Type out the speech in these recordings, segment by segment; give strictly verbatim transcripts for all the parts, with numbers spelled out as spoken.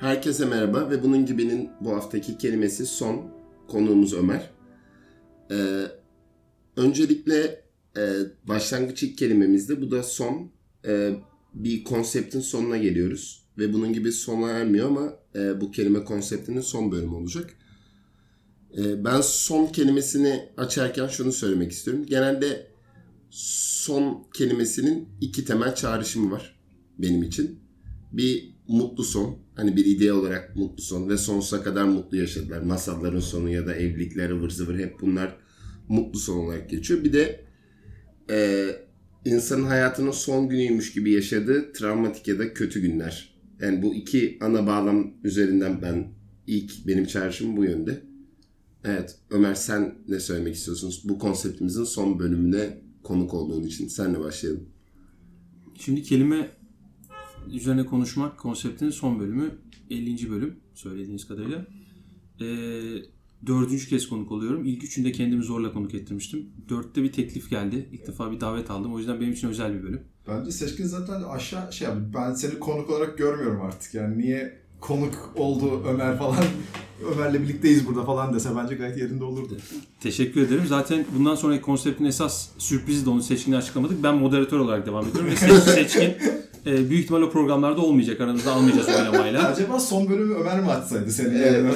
Herkese merhaba ve bunun gibinin bu haftaki kelimesi son. Konuğumuz Ömer. Ee, öncelikle e, başlangıç ilk kelimemizde, bu da son. Ee, bir konseptin sonuna geliyoruz. Ve bunun gibi sona ermiyor ama e, bu kelime konseptinin son bölümü olacak. E, ben son kelimesini açarken şunu söylemek istiyorum. Genelde son kelimesinin iki temel çağrışımı var benim için. Bir mutlu son, hani bir ideal olarak mutlu son ve sonsuza kadar mutlu yaşadılar. Masalların sonu ya da evlilikler ıvır zıvır, hep bunlar mutlu son olarak geçiyor. Bir de e, insanın hayatının son günüymüş gibi yaşadığı travmatik ya da kötü günler. Yani bu iki ana bağlam üzerinden ben ilk benim çağrışımım bu yönde. Evet, Ömer, sen ne söylemek istiyorsunuz bu konseptimizin son bölümüne konuk olduğun için? Senle başlayalım. Şimdi kelime üzerine konuşmak konseptinin son bölümü, ellinci bölüm söylediğiniz kadarıyla. Ee, dördüncü kez konuk oluyorum. İlk üçünde kendimi zorla konuk ettirmiştim. Dörtte bir teklif geldi. İlk defa bir davet aldım. O yüzden benim için özel bir bölüm. Bence Seçkin zaten aşağı şey yaptı. Ben seni konuk olarak görmüyorum artık. Yani niye konuk oldu Ömer falan, Ömer'le birlikteyiz burada falan dese bence gayet yerinde olurdu. Teşekkür ederim. Zaten bundan sonraki konseptin esas sürprizi de onu Seçkin'le açıklamadık. Ben moderatör olarak devam ediyorum ve Seçkin e, büyük ihtimalle o programlarda olmayacak. Aranızda almayacağız oylamayla. Acaba son bölümü Ömer mi atsaydı seni? Evet.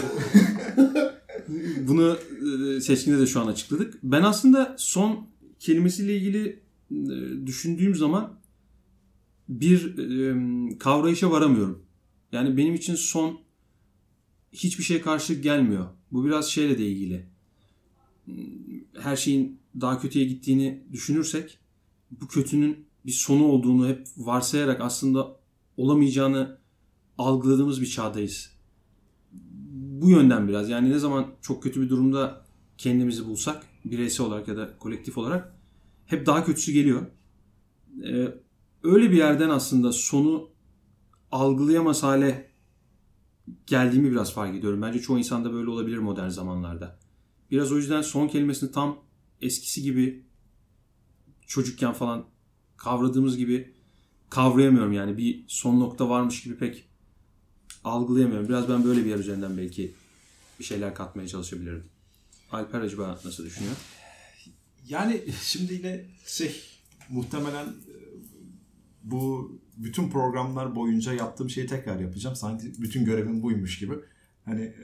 Bunu e, Seçkin'de de şu an açıkladık. Ben aslında son kelimesiyle ilgili e, düşündüğüm zaman bir e, kavrayışa varamıyorum. Yani benim için son hiçbir şeye karşılık gelmiyor. Bu biraz şeyle de ilgili. Her şeyin daha kötüye gittiğini düşünürsek, bu kötünün bir sonu olduğunu hep varsayarak aslında olamayacağını algıladığımız bir çağdayız. Bu yönden biraz. Yani ne zaman çok kötü bir durumda kendimizi bulsak, bireysel olarak ya da kolektif olarak, hep daha kötüsü geliyor. Ee, öyle bir yerden aslında sonu algılayamaz hale geldiğimi biraz fark ediyorum. Bence çoğu insanda böyle olabilir modern zamanlarda. Biraz o yüzden son kelimesini tam eskisi gibi çocukken falan kavradığımız gibi kavrayamıyorum. Yani bir son nokta varmış gibi pek algılayamıyorum. Biraz ben böyle bir yer üzerinden belki bir şeyler katmaya çalışabilirim. Alper acaba nasıl düşünüyor? Yani şimdi yine şey, muhtemelen bu bütün programlar boyunca yaptığım şeyi tekrar yapacağım. Sanki bütün görevim buymuş gibi. Hani e,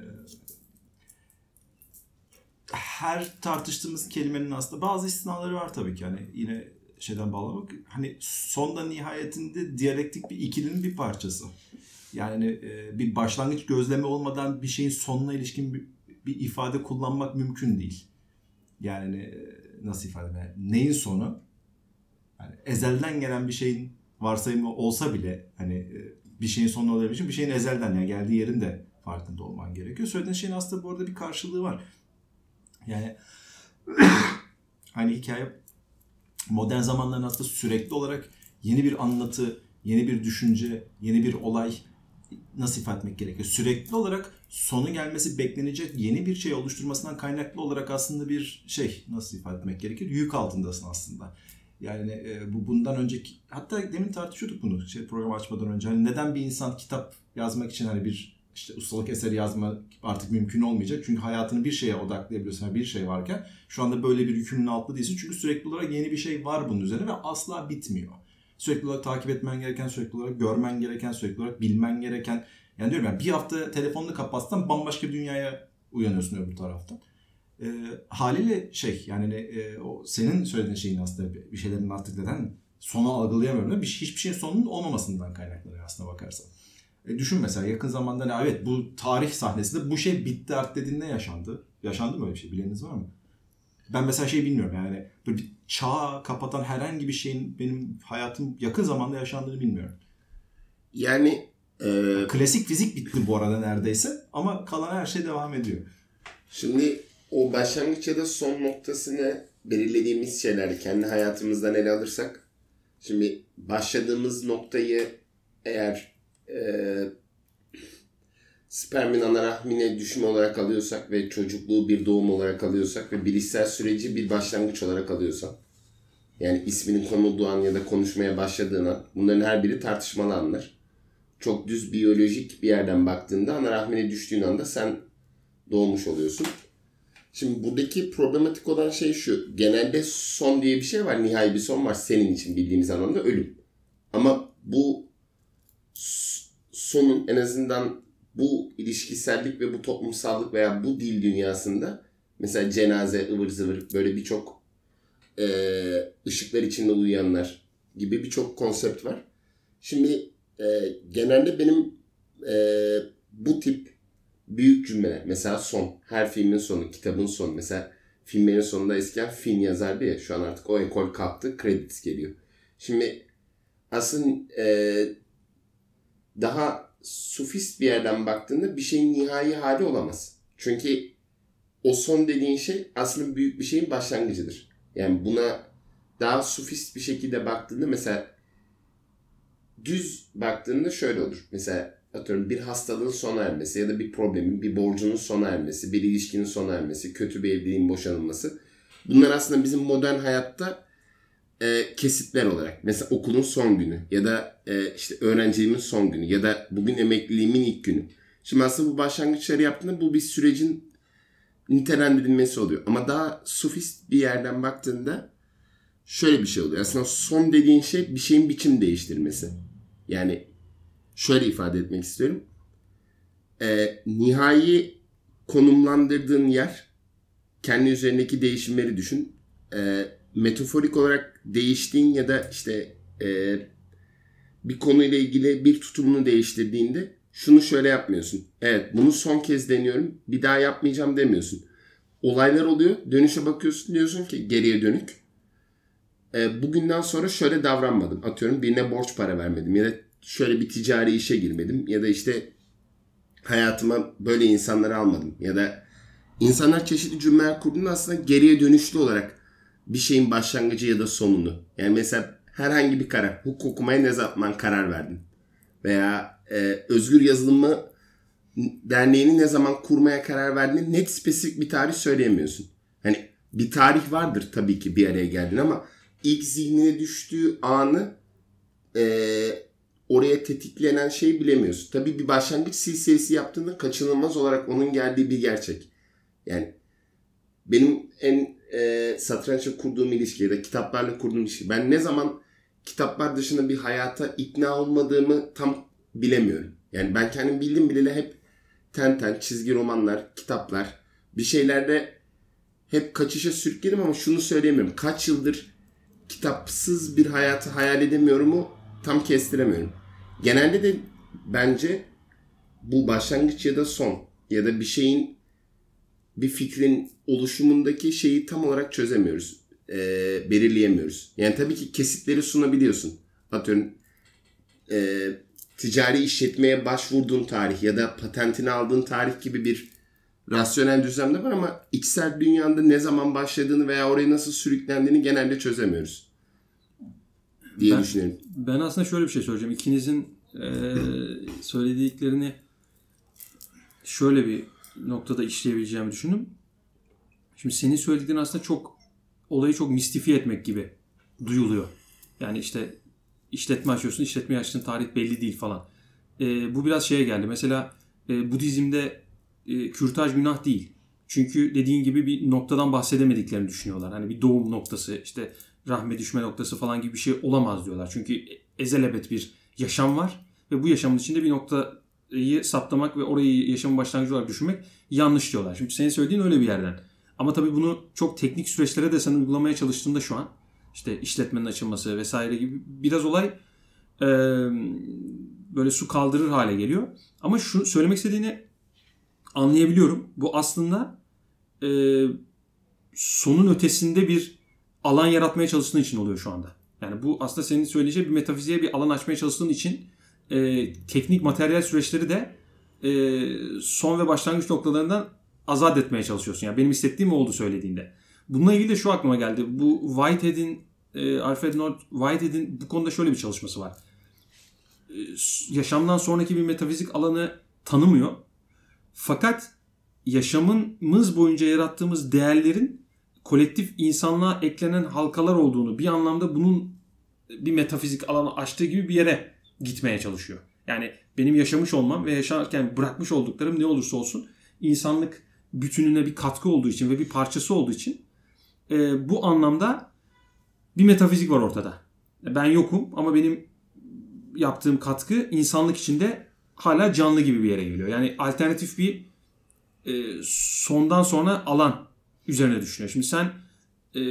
her tartıştığımız kelimenin aslında bazı istisnaları var tabii ki. Hani yine şeyden bağlamak. Hani sonda nihayetinde diyalektik bir ikilinin bir parçası. Yani e, bir başlangıç gözlemi olmadan bir şeyin sonuna ilişkin bir, bir ifade kullanmak mümkün değil. Yani e, nasıl ifade edeyim? Neyin sonu? Yani ezelden gelen bir şeyin varsayımı olsa bile hani bir şeyin sonu olabilmek için bir şeyin ezelden, yani geldiği yerin de farkında olman gerekiyor. Söylediğin şeyin aslında bu arada bir karşılığı var. Yani hani hikaye modern zamanların aslında sürekli olarak yeni bir anlatı, yeni bir düşünce, yeni bir olay, nasıl ifade etmek gerekiyor? Sürekli olarak sonu gelmesi beklenecek yeni bir şey oluşturmasından kaynaklı olarak aslında bir şey, nasıl ifade etmek gerekir? Yük altındasın aslında. Yani e, bu bundan önceki, hatta demin tartışıyorduk bunu şey, program açmadan önce. Hani neden bir insan kitap yazmak için hani bir işte ustalık eseri yazma artık mümkün olmayacak? Çünkü hayatını bir şeye odaklayabiliyorsun, yani bir şey varken şu anda böyle bir yükünün altında değilsin. Çünkü sürekli olarak yeni bir şey var bunun üzerine ve asla bitmiyor. Sürekli olarak takip etmen gereken, sürekli olarak görmen gereken, sürekli olarak bilmen gereken. Yani diyorum ya, bir hafta telefonunu kapatsan bambaşka bir dünyaya uyanıyorsun öbür taraftan. E, haliyle şey yani e, o senin söylediğin şeyin aslında bir şeylerin artık neden sonu algılayamıyorum. Bir, hiçbir şeyin sonunun olmamasından kaynaklanıyor aslına bakarsan. E, düşün mesela yakın zamanda ne, evet bu tarih sahnesinde bu şey bitti artık dediğinde yaşandı. Yaşandı mı öyle bir şey? Bileniniz var mı? Ben mesela şey bilmiyorum yani böyle bir çağı kapatan herhangi bir şeyin benim hayatım yakın zamanda yaşandığını bilmiyorum. Yani e... klasik fizik bitti bu arada neredeyse ama kalan her şey devam ediyor. Şimdi o başlangıç ya da son noktasını belirlediğimiz şeyler kendi hayatımızdan ele alırsak, şimdi başladığımız noktayı eğer e, spermin ana rahmine düşme olarak alıyorsak ve çocukluğu bir doğum olarak alıyorsak ve bilişsel süreci bir başlangıç olarak alıyorsak, yani isminin konulduğu an ya da konuşmaya başladığın an, bunların her biri tartışmalı anlar. çok düz biyolojik bir yerden baktığında ana rahmine düştüğün anda sen doğmuş oluyorsun. Şimdi buradaki problematik olan şey şu. Genelde son diye bir şey var. Nihai bir son var. Senin için bildiğimiz anlamda ölüm. Ama bu sonun en azından bu ilişkisellik ve bu toplumsallık veya bu dil dünyasında mesela cenaze, ıvır zıvır böyle birçok e, ışıklar içinde uyuyanlar gibi birçok konsept var. Şimdi e, genelde benim e, bu tip büyük cümleler mesela son, her filmin sonu, kitabın sonu, mesela filmlerin sonunda eskiden film yazardı ya, şu an artık o ekol kalktı, credits geliyor. Şimdi aslında e, daha sufist bir yerden baktığında bir şeyin nihai hali olamaz. Çünkü o son dediğin şey aslında büyük bir şeyin başlangıcıdır. Yani buna daha sufist bir şekilde baktığında mesela düz baktığında şöyle olur. Mesela atıyorum bir hastalığın sona ermesi ya da bir problemin, bir borcunun sona ermesi, bir ilişkinin sona ermesi, kötü bir evliliğin boşanılması. Bunlar aslında bizim modern hayatta e, kesitler olarak. Mesela okulun son günü ya da e, işte öğrenciliğimin son günü ya da bugün emekliliğimin ilk günü. Şimdi aslında bu başlangıçları yaptığında bu bir sürecin nitelendirilmesi oluyor. Ama daha sufist bir yerden baktığında şöyle bir şey oluyor. Aslında son dediğin şey bir şeyin biçim değiştirmesi. Yani şöyle ifade etmek istiyorum. E, nihai konumlandırdığın yer, kendi üzerindeki değişimleri düşün. E, metaforik olarak değiştiğin ya da işte e, bir konuyla ilgili bir tutumunu değiştirdiğinde şunu şöyle yapmıyorsun. Evet, bunu son kez deniyorum, bir daha yapmayacağım demiyorsun. Olaylar oluyor, dönüşe bakıyorsun, diyorsun ki geriye dönük. E, bugünden sonra şöyle davranmadım. Atıyorum birine borç para vermedim ya da şöyle bir ticari işe girmedim ya da işte hayatıma böyle insanları almadım ya da insanlar çeşitli cümleler kurduğunda aslında geriye dönüşlü olarak bir şeyin başlangıcı ya da sonunu. Yani mesela herhangi bir karar, hukuk okumaya ne zaman karar verdin? Veya e, Özgür Yazılımı Derneği'ni ne zaman kurmaya karar verdin? Net spesifik bir tarih söyleyemiyorsun. Hani bir tarih vardır tabii ki bir araya geldin ama ilk zihnine düştüğü anı e, oraya tetiklenen şeyi bilemiyorsun. Tabii bir başlangıç silsilesi yaptığında kaçınılmaz olarak onun geldiği bir gerçek. Yani benim en e, satrançla kurduğum ilişki ya da kitaplarla kurduğum ilişki. Ben ne zaman kitaplar dışında bir hayata ikna olmadığımı tam bilemiyorum. Yani ben kendim bildim bileli hep Tenten, çizgi romanlar, kitaplar, bir şeylerde hep kaçışa sürükledim ama şunu söyleyemiyorum. Kaç yıldır kitapsız bir hayatı hayal edemiyorum o tam kestiremiyorum. Genelde de bence bu başlangıç ya da son ya da bir şeyin, bir fikrin oluşumundaki şeyi tam olarak çözemiyoruz. E, belirleyemiyoruz. Yani tabii ki kesitleri sunabiliyorsun. Atıyorum e, ticari işletmeye başvurduğun tarih ya da patentini aldığın tarih gibi bir rasyonel düzlemde var ama içsel dünyanda ne zaman başladığını veya oraya nasıl sürüklendiğini genelde çözemiyoruz diye ben, düşünüyorum. Ben aslında şöyle bir şey söyleyeceğim. İkinizin e, söylediklerini şöyle bir noktada işleyebileceğimi düşündüm. Şimdi senin söylediklerin aslında çok olayı çok mistifiye etmek gibi duyuluyor. Yani işte işletme açıyorsun, işletmeyi açtığın tarih belli değil falan. E, bu biraz şeye geldi. Mesela e, Budizm'de e, kürtaj günah değil. Çünkü dediğin gibi bir noktadan bahsedemediklerini düşünüyorlar. Hani bir doğum noktası, işte rahme düşme noktası falan gibi bir şey olamaz diyorlar. Çünkü ezelebet bir yaşam var ve bu yaşamın içinde bir noktayı saptamak ve orayı yaşamın başlangıcı olarak düşünmek yanlış diyorlar. Şimdi senin söylediğin öyle bir yerden. Ama tabii bunu çok teknik süreçlere de sen uygulamaya çalıştığında şu an işte işletmenin açılması vesaire gibi biraz olay e, böyle su kaldırır hale geliyor. Ama şunu söylemek istediğini anlayabiliyorum. Bu aslında e, sonun ötesinde bir alan yaratmaya çalıştığın için oluyor şu anda. Yani bu aslında senin söyleyeceğin bir metafiziğe bir alan açmaya çalıştığın için e, teknik materyal süreçleri de e, son ve başlangıç noktalarından azat etmeye çalışıyorsun. Yani benim hissettiğim oldu söylediğinde. Bununla ilgili de şu aklıma geldi. Bu Whitehead'in, e, Alfred North Whitehead'in bu konuda şöyle bir çalışması var. E, yaşamdan sonraki bir metafizik alanı tanımıyor. Fakat yaşamımız boyunca yarattığımız değerlerin kolektif insanlığa eklenen halkalar olduğunu, bir anlamda bunun bir metafizik alanı açtığı gibi bir yere gitmeye çalışıyor. Yani benim yaşamış olmam ve yaşarken bırakmış olduklarım ne olursa olsun insanlık bütününe bir katkı olduğu için ve bir parçası olduğu için e, bu anlamda bir metafizik var ortada. Ben yokum ama benim yaptığım katkı insanlık içinde hala canlı gibi bir yere geliyor. Yani alternatif bir e, sondan sonra alan üzerine düşünüyor. Şimdi sen e,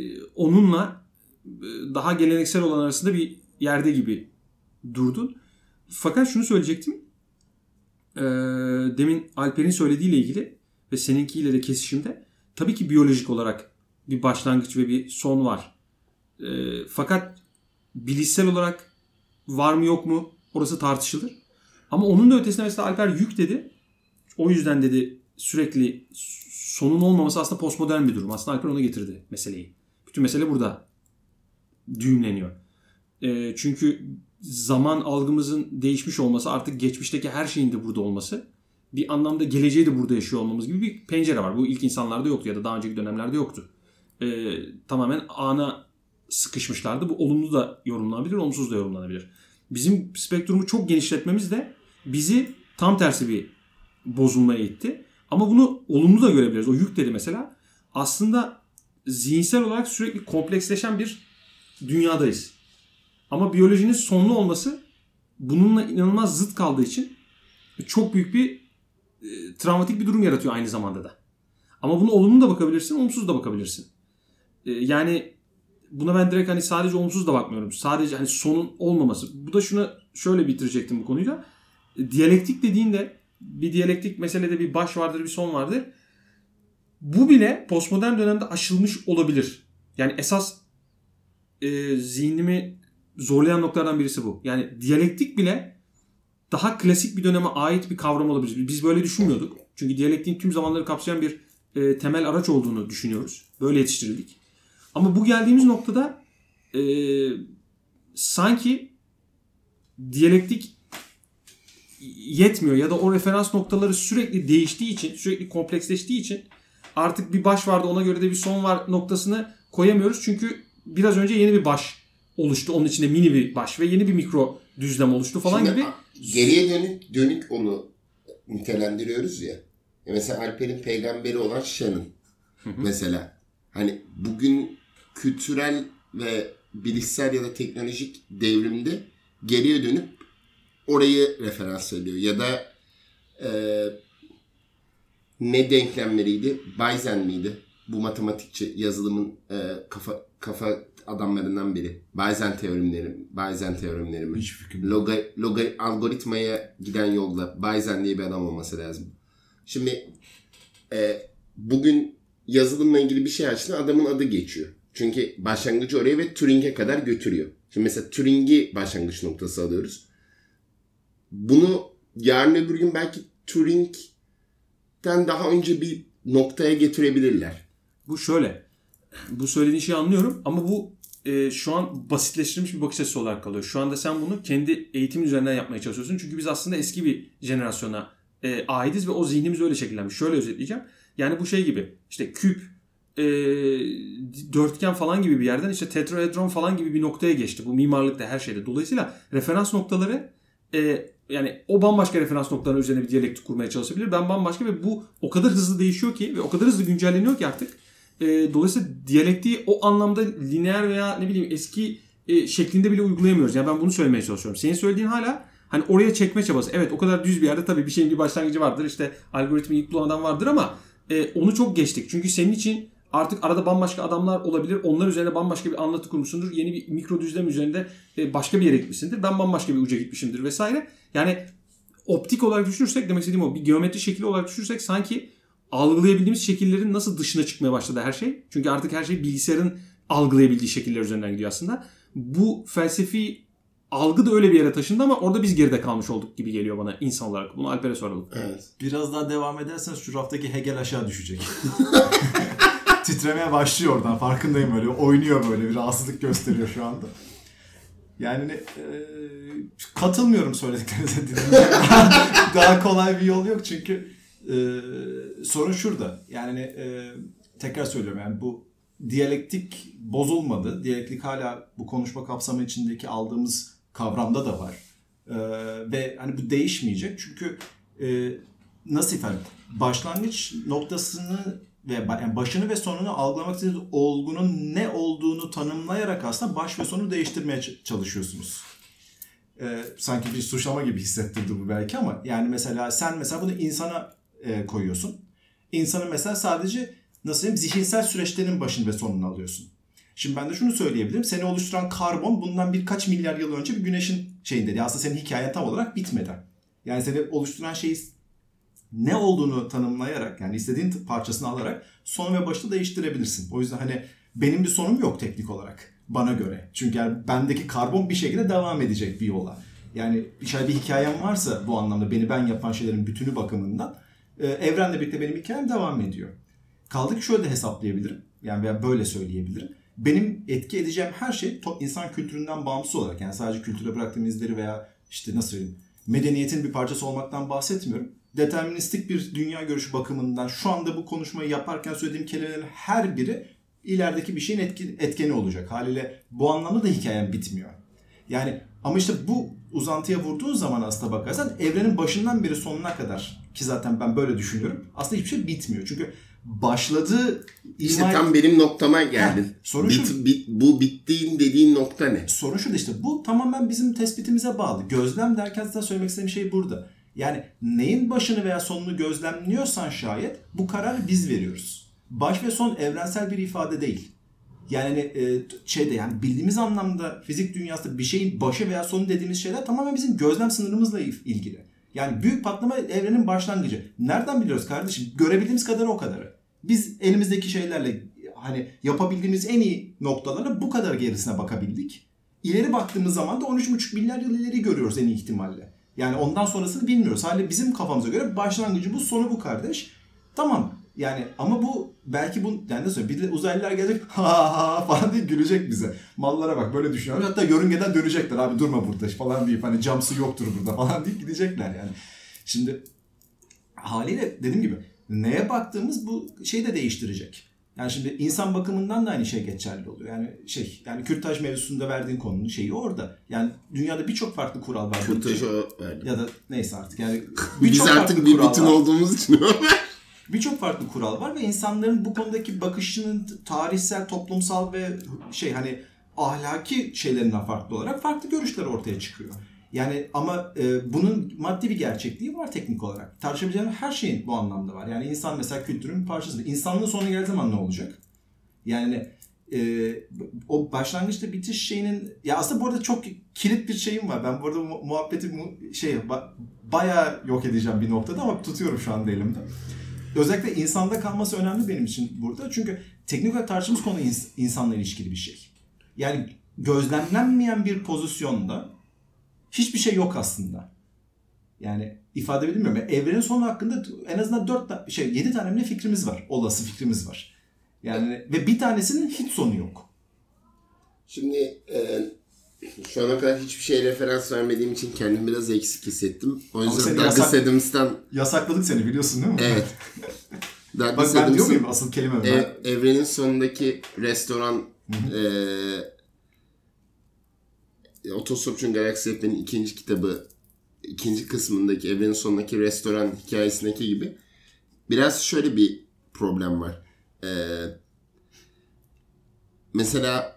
onunla e, daha geleneksel olan arasında bir yerde gibi durdun. Fakat şunu söyleyecektim. E, demin Alper'in söylediğiyle ilgili ve seninkiyle de kesişimde tabii ki biyolojik olarak bir başlangıç ve bir son var. E, fakat bilişsel olarak var mı yok mu orası tartışılır. Ama onun da ötesinde mesela Alper yük dedi. O yüzden dedi sürekli sonun olmaması aslında postmodern bir durum. Aslında Alper ona getirdi meseleyi. Bütün mesele burada düğümleniyor. E, çünkü zaman algımızın değişmiş olması, artık geçmişteki her şeyin de burada olması, bir anlamda geleceği de burada yaşıyor olmamız gibi bir pencere var. Bu ilk insanlarda yoktu ya da daha önceki dönemlerde yoktu. E, tamamen ana sıkışmışlardı. Bu olumlu da yorumlanabilir, olumsuz da yorumlanabilir. Bizim spektrumu çok genişletmemiz de bizi tam tersi bir bozulmaya itti. Ama bunu olumlu da görebiliriz. O yük dedi mesela. Aslında zihinsel olarak sürekli kompleksleşen bir dünyadayız. Ama biyolojinin sonlu olması bununla inanılmaz zıt kaldığı için çok büyük bir e, travmatik bir durum yaratıyor aynı zamanda da. Ama bunu olumlu da bakabilirsin, olumsuz da bakabilirsin. E, yani buna ben direkt hani sadece olumsuz da bakmıyorum. Sadece hani sonun olmaması. Bu da şuna şöyle bitirecektim bu konuyu da. E, diyalektik dediğinde bir diyalektik meselede bir baş vardır, bir son vardır. Bu bile postmodern dönemde aşılmış olabilir. Yani esas e, zihnimi zorlayan noktalardan birisi bu. Yani diyalektik bile daha klasik bir döneme ait bir kavram olabilir. Biz böyle düşünmüyorduk. Çünkü diyalektiğin tüm zamanları kapsayan bir e, temel araç olduğunu düşünüyoruz. Böyle yetiştirildik. Ama bu geldiğimiz noktada e, sanki diyalektik yetmiyor ya da o referans noktaları sürekli değiştiği için, sürekli kompleksleştiği için artık bir baş vardı, ona göre de bir son var noktasını koyamıyoruz. Çünkü biraz önce yeni bir baş oluştu. Onun içinde mini bir baş ve yeni bir mikro düzlem oluştu falan Şimdi, gibi. Geriye dönük, dönük onu nitelendiriyoruz ya. Mesela Alper'in peygamberi olan Shannon. Hı hı. Mesela hani bugün kültürel ve bilişsel ya da teknolojik devrimde geriye dönüp orayı referans ediyor. Ya da e, ne denklemleriydi? Bayzen miydi? Bu matematikçi yazılımın e, kafa kafa adamlarından biri. Bayzen teoremleri, Bayzen teoremleri mi? Hiç fikrim yok. Loga, loga, algoritmaya giden yolda Bayzen diye bir adam olması lazım. Şimdi e, bugün yazılımla ilgili bir şey açtığında adamın adı geçiyor. Çünkü başlangıcı oraya ve Turing'e kadar götürüyor. Şimdi mesela Turing'i başlangıç noktası alıyoruz. Bunu yarın öbür gün belki Turing'den daha önce bir noktaya getirebilirler. Bu şöyle. Bu söylediğin şeyi anlıyorum ama bu e, şu an basitleştirilmiş bir bakış açısı olarak kalıyor. Şu anda sen bunu kendi eğitimin üzerinden yapmaya çalışıyorsun. Çünkü biz aslında eski bir jenerasyona e, aitiz ve o zihnimiz öyle şekillenmiş. Şöyle özetleyeceğim. Yani bu şey gibi işte küp, e, dörtgen falan gibi bir yerden işte tetraedron falan gibi bir noktaya geçti. Bu mimarlıkta, her şeyde. Dolayısıyla referans noktaları e, yani o bambaşka referans noktaları üzerine bir diyalektik kurmaya çalışabilir. Ben bambaşka ve bu o kadar hızlı değişiyor ki ve o kadar hızlı güncelleniyor ki artık. E, dolayısıyla diyalektiği o anlamda lineer veya ne bileyim eski e, şeklinde bile uygulayamıyoruz. Yani ben bunu söylemeye çalışıyorum. Senin söylediğin hala hani oraya çekme çabası. Evet, o kadar düz bir yerde tabii bir şeyin bir başlangıcı vardır. İşte algoritmi ilk bulan adam vardır ama e, onu çok geçtik. Çünkü senin için artık arada bambaşka adamlar olabilir. Onlar üzerine bambaşka bir anlatı kurmuşsundur. Yeni bir mikro düzlem üzerinde e, başka bir yere gitmişsindir. Ben bambaşka bir uca gitmişimdir vesaire. Yani optik olarak düşünürsek, demek istediğim o, bir geometri şekli olarak düşünürsek sanki algılayabildiğimiz şekillerin nasıl dışına çıkmaya başladı her şey. Çünkü artık her şey bilgisayarın algılayabildiği şekiller üzerinden gidiyor aslında. Bu felsefi algı da öyle bir yere taşındı ama orada biz geride kalmış olduk gibi geliyor bana insan olarak. Bunu Alper'e soralım. Evet. Biraz daha devam ederseniz şu raftaki Hegel aşağı düşecek. Titremeye başlıyor oradan, farkındayım öyle. Oynuyor böyle, bir rahatsızlık gösteriyor şu anda. Yani e, katılmıyorum söylediklerinize. Daha kolay bir yol yok çünkü e, sorun şurada. Yani e, tekrar söylüyorum, yani bu diyalektik bozulmadı. Diyalektik hala bu konuşma kapsamı içindeki aldığımız kavramda da var. Ee, ve hani bu değişmeyecek çünkü e, nasıl ifade edeyim? Başlangıç noktasını ve yani başını ve sonunu algılamak istediğiniz olgunun ne olduğunu tanımlayarak aslında baş ve sonu değiştirmeye çalışıyorsunuz. Ee, sanki bir suçlama gibi hissettirdi bu belki ama yani mesela sen mesela bunu insana e, koyuyorsun. İnsanın mesela sadece nasıl diyeyim zihinsel süreçlerin başını ve sonunu alıyorsun. Şimdi ben de şunu söyleyebilirim. Seni oluşturan karbon bundan birkaç milyar yıl önce bir güneşin şeyinde. Aslında senin hikayen tam olarak bitmedi. Yani seni oluşturan şeyi ne olduğunu tanımlayarak yani istediğin parçasını alarak sonu ve başını değiştirebilirsin. O yüzden hani benim bir sonum yok teknik olarak bana göre. Çünkü yani bendeki karbon bir şekilde devam edecek bir yola. Yani şöyle bir hikayem varsa bu anlamda beni ben yapan şeylerin bütünü bakımından e, evrenle birlikte benim hikayem devam ediyor. Kaldı ki şöyle de hesaplayabilirim. Yani veya böyle söyleyebilirim. Benim etki edeceğim her şey insan kültüründen bağımsız olarak yani sadece kültüre bıraktığım izleri veya işte nasıl söyleyeyim medeniyetin bir parçası olmaktan bahsetmiyorum. Deterministik bir dünya görüşü bakımından şu anda bu konuşmayı yaparken söylediğim kelimelerin her biri ilerideki bir şeyin etki, etkeni olacak. Haliyle bu anlamda da hikayem bitmiyor. Yani ama işte bu uzantıya vurduğun zaman aslına bakarsan evrenin başından beri sonuna kadar ki zaten ben böyle düşünüyorum. Aslında hiçbir şey bitmiyor. Çünkü başladığı İşte tam benim noktama geldin. Heh, sorun bit, şu, bit, bu bittiğin dediğin nokta ne? Sorun şu da işte bu tamamen bizim tespitimize bağlı. Gözlem derken zaten söylemek istediğim şey burada. Yani neyin başını veya sonunu gözlemliyorsan şayet bu kararı biz veriyoruz. Baş ve son evrensel bir ifade değil. Yani e, şeyde yani bildiğimiz anlamda fizik dünyasında bir şeyin başı veya sonu dediğimiz şeyler tamamen bizim gözlem sınırımızla ilgili. Yani büyük patlama evrenin başlangıcı. Nereden biliyoruz kardeşim? Görebildiğimiz kadarı o kadarı. Biz elimizdeki şeylerle hani yapabildiğimiz en iyi noktalarla bu kadar gerisine bakabildik. İleri baktığımız zaman da on üç buçuk milyar yıl ileri görüyoruz en iyi ihtimalle. Yani ondan sonrasını bilmiyoruz. Haliyle bizim kafamıza göre başlangıcı bu, sonu bu kardeş. Tamam. Yani ama bu belki bu yani nasıl bir de uzaylılar gelecek ha ha falan diye gülecek bize. Mallara bak böyle düşünüyorlar. Hatta yörüngeden dönecekler abi durma burada falan deyip hani camsı yoktur burada falan deyip gidecekler yani. Şimdi haliyle dediğim gibi neye baktığımız bu şeyi de değiştirecek. Yani şimdi insan bakımından da aynı şey geçerli oluyor. Yani şey yani kürtaj mevzusunda verdiğin konunun şeyi orada. Yani dünyada birçok farklı kural var. Kürtaj o verdi. Ya da neyse artık yani biz artık bir bütün olduğumuz için birçok farklı kural var ve insanların bu konudaki bakışının tarihsel, toplumsal ve şey hani ahlaki şeylerinden farklı olarak farklı görüşler ortaya çıkıyor. Yani ama e, bunun maddi bir gerçekliği var teknik olarak. Tartışabileceğimiz her şeyin bu anlamda var. Yani insan mesela kültürün bir parçası. İnsanlığın sonu geldiği zaman ne olacak? Yani e, o başlangıçta bitiş şeyinin ya aslında bu arada çok kilit bir şeyim var. Ben bu arada mu- muhabbeti mu- şey ba- bayağı yok edeceğim bir noktada ama tutuyorum şu anda elimde. Özellikle insanda kalması önemli benim için burada. Çünkü teknik olarak tartıştığımız konu ins- insanla ilişkili bir şey. Yani gözlemlenmeyen bir pozisyonda hiçbir şey yok aslında. Yani ifade edilmiyor. Yani evrenin sonu hakkında en azından dört şey yedi tane bile fikrimiz var. Olası fikrimiz var. Yani ve bir tanesinin hiç sonu yok. Şimdi e, şu ana kadar hiçbir şeye referans vermediğim için kendimi biraz eksik hissettim. O yüzden Douglas yasak, Adams'tan yasakladık seni biliyorsun değil mi? Evet. Bak ben diyor muyum asıl kelime mi? Ev, evrenin sonundaki restoran e, Otostopçunun Galaksi Rehberi'nin ikinci kitabı ikinci kısmındaki evrenin sonundaki restoran hikayesindeki gibi biraz şöyle bir problem var. Ee, mesela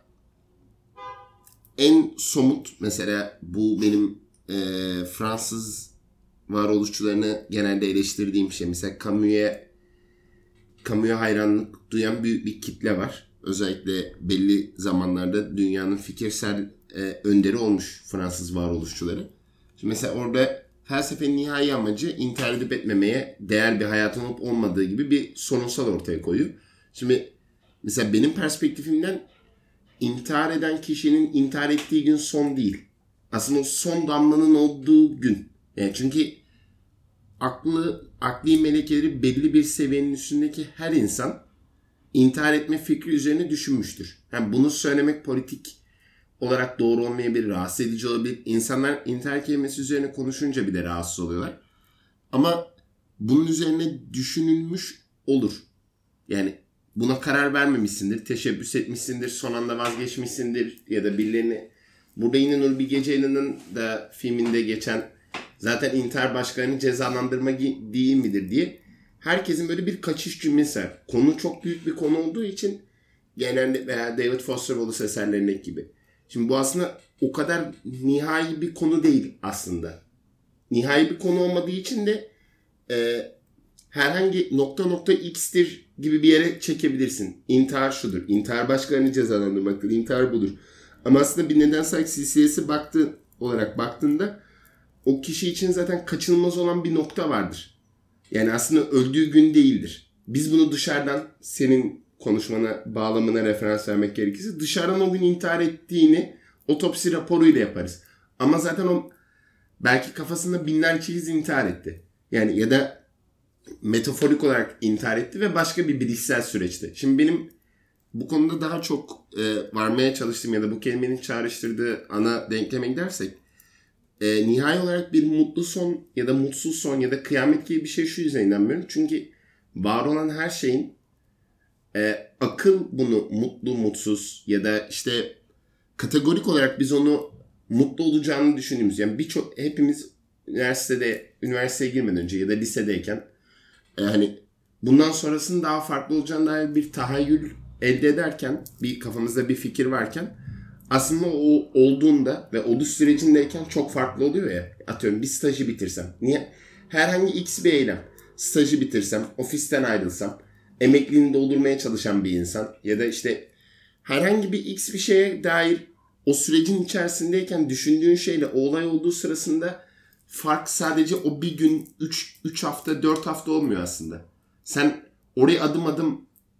en somut mesela bu benim e, Fransız varoluşçularını genelde eleştirdiğim şey. Mesela Camus'a Camus'a hayranlık duyan büyük bir kitle var. Özellikle belli zamanlarda dünyanın fikirsel e, önderi olmuş Fransız varoluşçuları. Şimdi mesela orada felsefenin nihai amacı intihar edip etmemeye değer bir hayatın olup olmadığı gibi bir sorunsal ortaya koyuyor. Şimdi mesela benim perspektifimden intihar eden kişinin intihar ettiği gün son değil. Aslında o son damlanın olduğu gün. Yani çünkü aklı, akli melekeleri belli bir seviyenin üstündeki her insan intihar etme fikri üzerine düşünmüştür. Yani bunu söylemek politik olarak doğru olmayabilir, rahatsız edici olabilir. İnsanlar intihar kelimesi üzerine konuşunca bile rahatsız oluyorlar. Ama bunun üzerine düşünülmüş olur. Yani buna karar vermemişsindir, teşebbüs etmişsindir, son anda vazgeçmişsindir ya da birilerini burada yine Nuri Bilge Ceylan'ın da filminde geçen zaten intihar başkalarını cezalandırma değil midir diye herkesin böyle bir kaçış cümlesi var. Konu çok büyük bir konu olduğu için genelde veya David Foster Wallace eserlerindeki gibi. Şimdi bu aslında o kadar nihai bir konu değil aslında. Nihai bir konu olmadığı için de e, herhangi nokta nokta x'tir gibi bir yere çekebilirsin. İntihar şudur. İntihar başkalarını cezalandırmaktır. İntihar budur. Ama aslında bir nedensel silsilesi baktı, olarak baktığında o kişi için zaten kaçınılmaz olan bir nokta vardır. Yani aslında öldüğü gün değildir. Biz bunu dışarıdan, senin konuşmana, bağlamına referans vermek gerekirse, dışarıdan o gün intihar ettiğini otopsi raporuyla yaparız. Ama zaten o belki kafasında binlerce kez intihar etti. Yani ya da metaforik olarak intihar etti ve başka bir bilişsel süreçte. Şimdi benim bu konuda daha çok e, varmaya çalıştığım ya da bu kelimenin çağrıştırdığı ana denkleme gidersek, e, nihai olarak bir mutlu son ya da mutsuz son ya da kıyamet gibi bir şey şu yüzden inanmıyorum. Çünkü var olan her şeyin e, akıl bunu mutlu, mutsuz ya da işte kategorik olarak biz onu mutlu olacağını düşündüğümüz, yani birçok hepimiz üniversitede üniversiteye girmeden önce ya da lisedeyken e, hani bundan sonrasının daha farklı olacağına dair bir tahayyül elde ederken, bir kafamızda bir fikir varken aslında o olduğunda ve oluş sürecindeyken çok farklı oluyor ya. Atıyorum bir stajı bitirsem, niye herhangi x bir eylem, stajı bitirsem, ofisten ayrılsam, emekliliğini doldurmaya çalışan bir insan ya da işte herhangi bir x bir şeye dair o sürecin içerisindeyken düşündüğün şeyle o olay olduğu sırasında fark sadece o bir gün, üç hafta, dört hafta olmuyor aslında. Sen oraya adım adım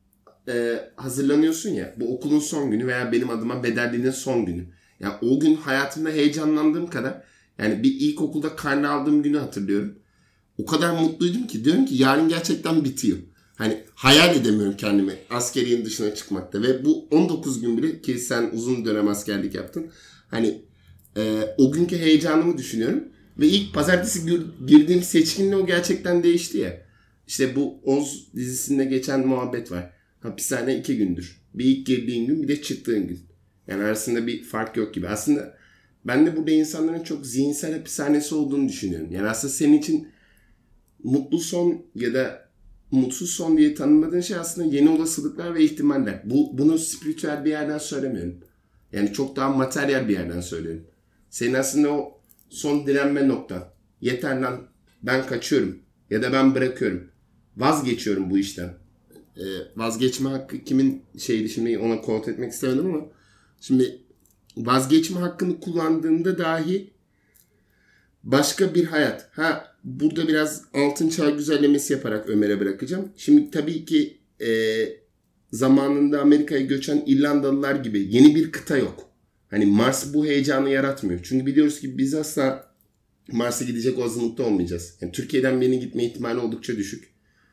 e, hazırlanıyorsun ya, bu okulun son günü veya benim adıma bedellinin son günü. Yani o gün hayatımda heyecanlandığım kadar, yani bir ilkokulda karne aldığım günü hatırlıyorum. O kadar mutluydum ki diyorum ki yarın gerçekten bitiyor. Hani hayal edemiyorum kendimi askeriyenin dışına çıkmakta ve bu on dokuz gün bile, ki sen uzun dönem askerlik yaptın. Hani e, o günkü heyecanımı düşünüyorum ve ilk pazartesi gir- girdiğim seçkinle o gerçekten değişti ya. İşte bu Oz dizisinde geçen muhabbet var. Hapishane iki gündür. Bir ilk girdiğin gün, bir de çıktığın gün. Yani arasında bir fark yok gibi. Aslında ben de burada insanların çok zihinsel hapishanesi olduğunu düşünüyorum. Yani aslında senin için mutlu son ya da mutsuz son diye tanımladığın şey aslında yeni olasılıklar ve ihtimaller. Bu, bunu spiritüel bir yerden söylemiyorum. Yani çok daha materyal bir yerden söylüyorum. Senin aslında o son direnme noktan. Yeter lan, ben kaçıyorum ya da ben bırakıyorum. Vazgeçiyorum bu işten. Ee, vazgeçme hakkı kimin şeydi, şimdi ona kont etmek istemedim ama şimdi vazgeçme hakkını kullandığında dahi başka bir hayat. Ha, burada biraz altın çağ güzellemesi yaparak Ömer'e bırakacağım. Şimdi tabii ki e, zamanında Amerika'ya göçen İrlandalılar gibi yeni bir kıta yok. Hani Mars bu heyecanı yaratmıyor. Çünkü biliyoruz ki biz asla Mars'a gidecek o azınlıkta olmayacağız. Yani Türkiye'den birinin gitme ihtimali oldukça düşük.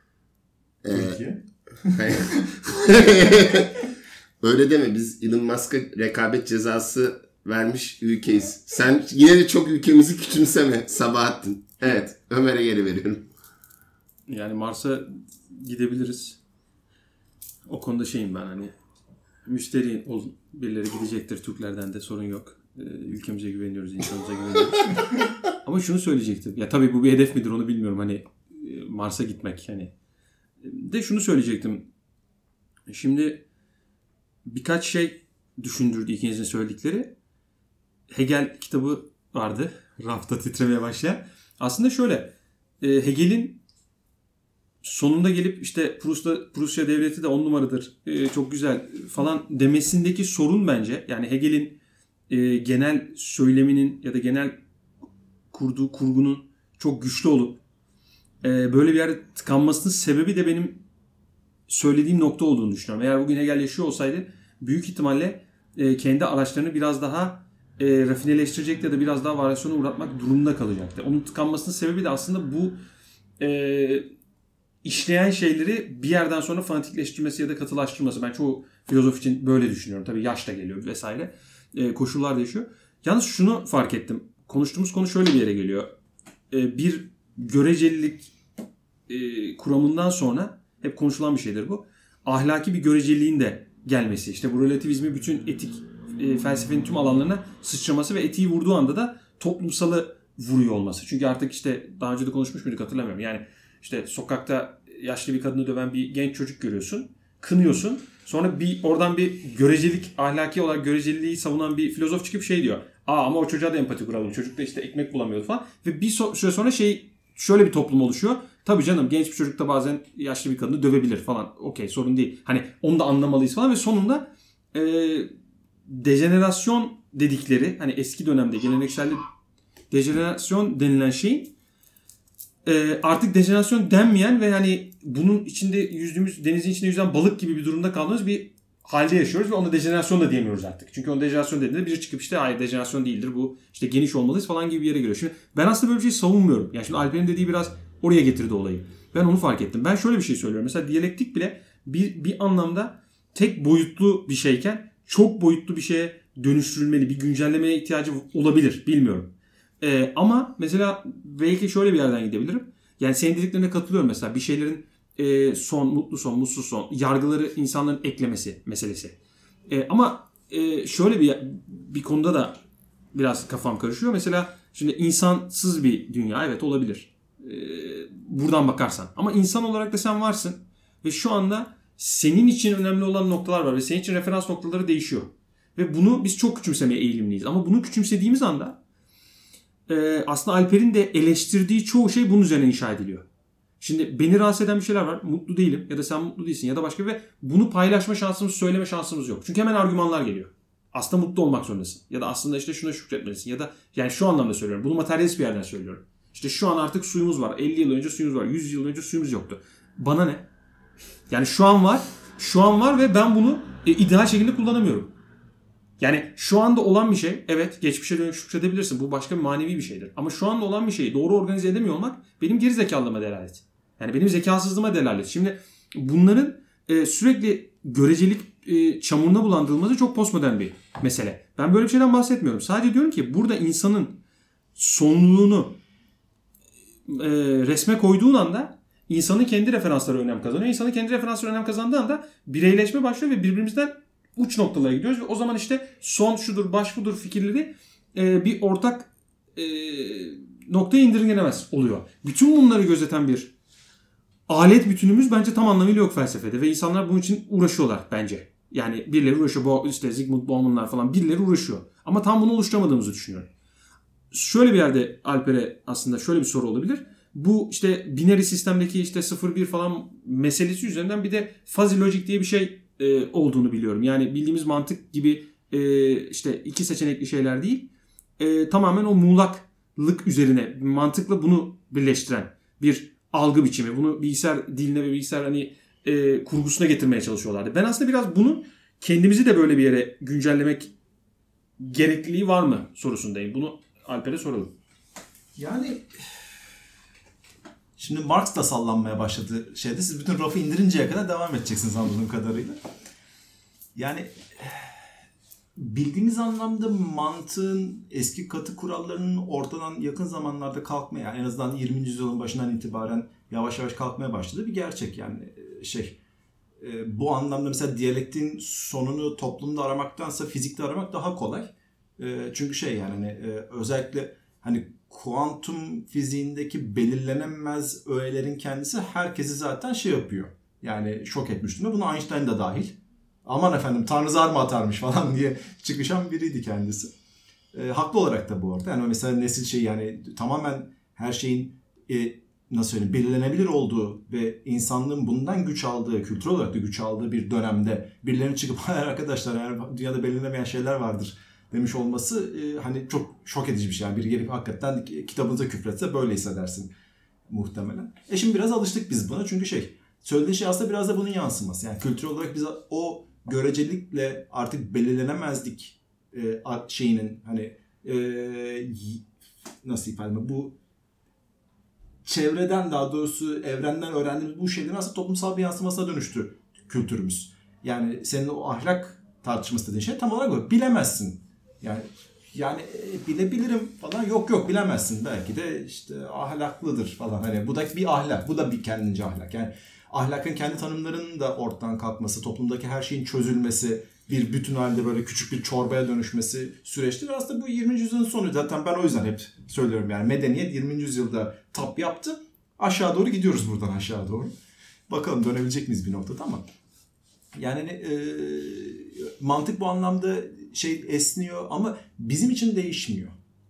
Ee, Türkiye? Öyle deme, biz Elon Musk'a rekabet cezası vermiş ülkeyiz. Sen yine de çok ülkemizi küçümseme Sabahattin. Evet, Ömer'e geri veriyorum. Yani Mars'a gidebiliriz. O konuda şeyim ben, hani müşteri ol, birileri gidecektir, Türklerden de sorun yok. Ee, ülkemize güveniyoruz, insanımıza güveniyoruz. Ama şunu söyleyecektim. Ya tabii bu bir hedef midir onu bilmiyorum. Hani Mars'a gitmek hani. De şunu söyleyecektim. Şimdi birkaç şey düşündürdü ikinizin söyledikleri. Hegel kitabı vardı. Rafta titremeye başlayan. Aslında şöyle. Hegel'in sonunda gelip işte Prusya, Prusya devleti de on numaradır, çok güzel falan demesindeki sorun bence. Yani Hegel'in genel söyleminin ya da genel kurduğu kurgunun çok güçlü olup böyle bir yerde tıkanmasının sebebi de benim söylediğim nokta olduğunu düşünüyorum. Eğer bugün Hegel yaşıyor olsaydı büyük ihtimalle kendi araçlarını biraz daha rafineleştirecekti ya da biraz daha varyasyona uğratmak durumunda kalacaktı. Onun tıkanmasının sebebi de aslında bu e, işleyen şeyleri bir yerden sonra fanatikleştirmesi ya da katılaştırması. Ben çoğu filozof için böyle düşünüyorum. Tabii yaş da geliyor vesaire. E, koşullar değişiyor. Yalnız şunu fark ettim. Konuştuğumuz konu şöyle bir yere geliyor. E, bir görecelilik e, kuramından sonra hep konuşulan bir şeydir bu. Ahlaki bir göreceliliğin de gelmesi. İşte bu relativizmi bütün etik e, felsefenin tüm alanlarına sıçraması ve etiği vurduğu anda da toplumsalı vuruyor olması. Çünkü artık işte daha önce de konuşmuş muyduk hatırlamıyorum. Yani işte sokakta yaşlı bir kadını döven bir genç çocuk görüyorsun. Kınıyorsun. Sonra bir oradan bir görecelik, ahlaki olarak göreceliliği savunan bir filozof çıkıp şey diyor. Aa ama o çocuğa da empati kuralım. Çocuk da işte ekmek bulamıyordu falan. Ve bir süre sonra şey şöyle bir toplum oluşuyor. Tabii canım genç bir çocuk da bazen yaşlı bir kadını dövebilir falan. Okey sorun değil. Hani onu da anlamalıyız falan ve sonunda e, dejenerasyon dedikleri hani eski dönemde geleneksel dejenerasyon denilen şeyin e, artık dejenerasyon denmeyen ve hani bunun içinde yüzdüğümüz denizin içinde yüzen balık gibi bir durumda kaldığımız bir halde yaşıyoruz ve ona dejenerasyon da diyemiyoruz artık. Çünkü ona dejenerasyon dediğinde biri çıkıp işte hayır dejenerasyon değildir bu işte geniş olmalıyız falan gibi bir yere geliyor. Şimdi ben aslında böyle bir şey savunmuyorum. Yani şimdi Alper'in dediği biraz oraya getirdi olayı. Ben onu fark ettim. Ben şöyle bir şey söylüyorum. Mesela diyalektik bile bir, bir anlamda tek boyutlu bir şeyken çok boyutlu bir şeye dönüştürülmeli, bir güncellemeye ihtiyacı olabilir. Bilmiyorum. Ee, ama mesela belki şöyle bir yerden gidebilirim. Yani senin dediklerine katılıyorum mesela. Bir şeylerin e, son, mutlu son, mutsuz son, yargıları insanların eklemesi meselesi. E, ama e, şöyle bir bir konuda da biraz kafam karışıyor. Mesela şimdi insansız bir dünya evet olabilir. E, buradan bakarsan. Ama insan olarak da sen varsın. Ve şu anda senin için önemli olan noktalar var. Ve senin için referans noktaları değişiyor. Ve bunu biz çok küçümsemeye eğilimliyiz. Ama bunu küçümsediğimiz anda e, aslında Alper'in de eleştirdiği çoğu şey bunun üzerine inşa ediliyor. Şimdi beni rahatsız eden bir şeyler var. Mutlu değilim ya da sen mutlu değilsin ya da başka ve bunu paylaşma şansımız, söyleme şansımız yok. Çünkü hemen argümanlar geliyor. Aslında mutlu olmak zorundasın. Ya da aslında işte şuna şükretmelisin. Ya da yani şu anlamda söylüyorum. Bunu materyalist bir yerden söylüyorum. İşte şu an artık suyumuz var. elli yıl önce suyumuz var. yüz yıl önce suyumuz yoktu. Bana ne? Yani şu an var. Şu an var ve ben bunu e, ideal şekilde kullanamıyorum. Yani şu anda olan bir şey, evet geçmişe dönük şükredebilirsin. Bu başka bir manevi bir şeydir. Ama şu anda olan bir şeyi doğru organize edemiyor olmak benim geri zekalılığıma delalet. Yani benim zekasızlığıma delalet. Şimdi bunların e, sürekli görecelik e, çamuruna bulandırılması çok postmodern bir mesele. Ben böyle bir şeyden bahsetmiyorum. Sadece diyorum ki burada insanın sonluluğunu e, resme koyduğun anda insanın kendi referansları önem kazanıyor. İnsanın kendi referansları önem kazandığı anda bireyleşme başlıyor ve birbirimizden uç noktalara gidiyoruz. Ve o zaman işte son şudur, baş budur fikirleri e, bir ortak e, noktaya indirgenemez oluyor. Bütün bunları gözeten bir alet bütünümüz bence tam anlamıyla yok felsefede ve insanlar bunun için uğraşıyorlar bence. Yani birileri uğraşıyor. İşte Zygmunt Bauman'lar falan birileri uğraşıyor. Ama tam bunu oluşturamadığımızı düşünüyorum. Şöyle bir yerde Alper'e aslında şöyle bir soru olabilir. Bu işte binary sistemdeki işte sıfır bir falan meselesi üzerinden bir de fuzzy logic diye bir şey e, olduğunu biliyorum. Yani bildiğimiz mantık gibi e, işte iki seçenekli şeyler değil. E, tamamen o muğlaklık üzerine mantıkla bunu birleştiren bir algı biçimi. Bunu bilgisayar diline ve bilgisayar hani e, kurgusuna getirmeye çalışıyorlardı. Ben aslında biraz bunu kendimizi de böyle bir yere güncellemek gerekliliği var mı sorusundayım. Bunu Alper'e soralım. Yani şimdi Marx da sallanmaya başladı şeyde. Siz bütün rafı indirinceye kadar devam edeceksiniz anladığım kadarıyla. Yani bildiğimiz anlamda mantığın eski katı kurallarının ortadan yakın zamanlarda kalkmaya, yani en azından yirminci yüzyılın başından itibaren yavaş yavaş kalkmaya başladı bir gerçek. Yani şey bu anlamda mesela diyalektin sonunu toplumda aramaktansa fizikte aramak daha kolay. Çünkü şey yani hani özellikle hani kuantum fiziğindeki belirlenemez öğelerin kendisi herkesi zaten şey yapıyor. Yani şok etmiş durumda. Buna Einstein da dahil. Aman efendim Tanrı zar mı atarmış falan diye çıkışan biriydi kendisi. E, haklı olarak da bu arada. Yani mesela nesil şey yani tamamen her şeyin e, nasıl söyleyeyim belirlenebilir olduğu ve insanlığın bundan güç aldığı, kültürel olarak da güç aldığı bir dönemde birilerinin çıkıp hayır arkadaşlar yani dünyada belirlenemeyen şeyler vardır demiş olması e, hani çok şok edici bir şey. Yani biri gelip hakikaten kitabınıza küfretse böyle hissedersin muhtemelen. E şimdi biraz alıştık biz buna çünkü şey söylediğin şey aslında biraz da bunun yansıması. Yani kültürel olarak biz o görecelikle artık belirlenemezlik e, şeyinin hani e, nasıl ifade edeyim bu çevreden daha doğrusu evrenden öğrendiğimiz bu şeylerin aslında toplumsal bir yansımasına dönüştü kültürümüz. Yani senin o ahlak tartışması dediğin şey tam olarak böyle bilemezsin. Yani yani e, bilebilirim falan. Yok yok bilemezsin. Belki de işte ahlaklıdır falan. Hani bu da bir ahlak. Bu da bir kendince ahlak. Yani ahlakın kendi tanımlarının da ortadan kalkması, toplumdaki her şeyin çözülmesi, bir bütün halde böyle küçük bir çorbaya dönüşmesi süreçtir. Aslında bu yirminci yüzyılın sonu. Zaten ben o yüzden hep söylüyorum yani medeniyet yirminci yüzyılda tap yaptı. Aşağı doğru gidiyoruz buradan aşağı doğru. Bakalım dönebilecek miyiz bir noktada ama. Yani e, mantık bu anlamda şey esniyor ama bizim için değişmiyor.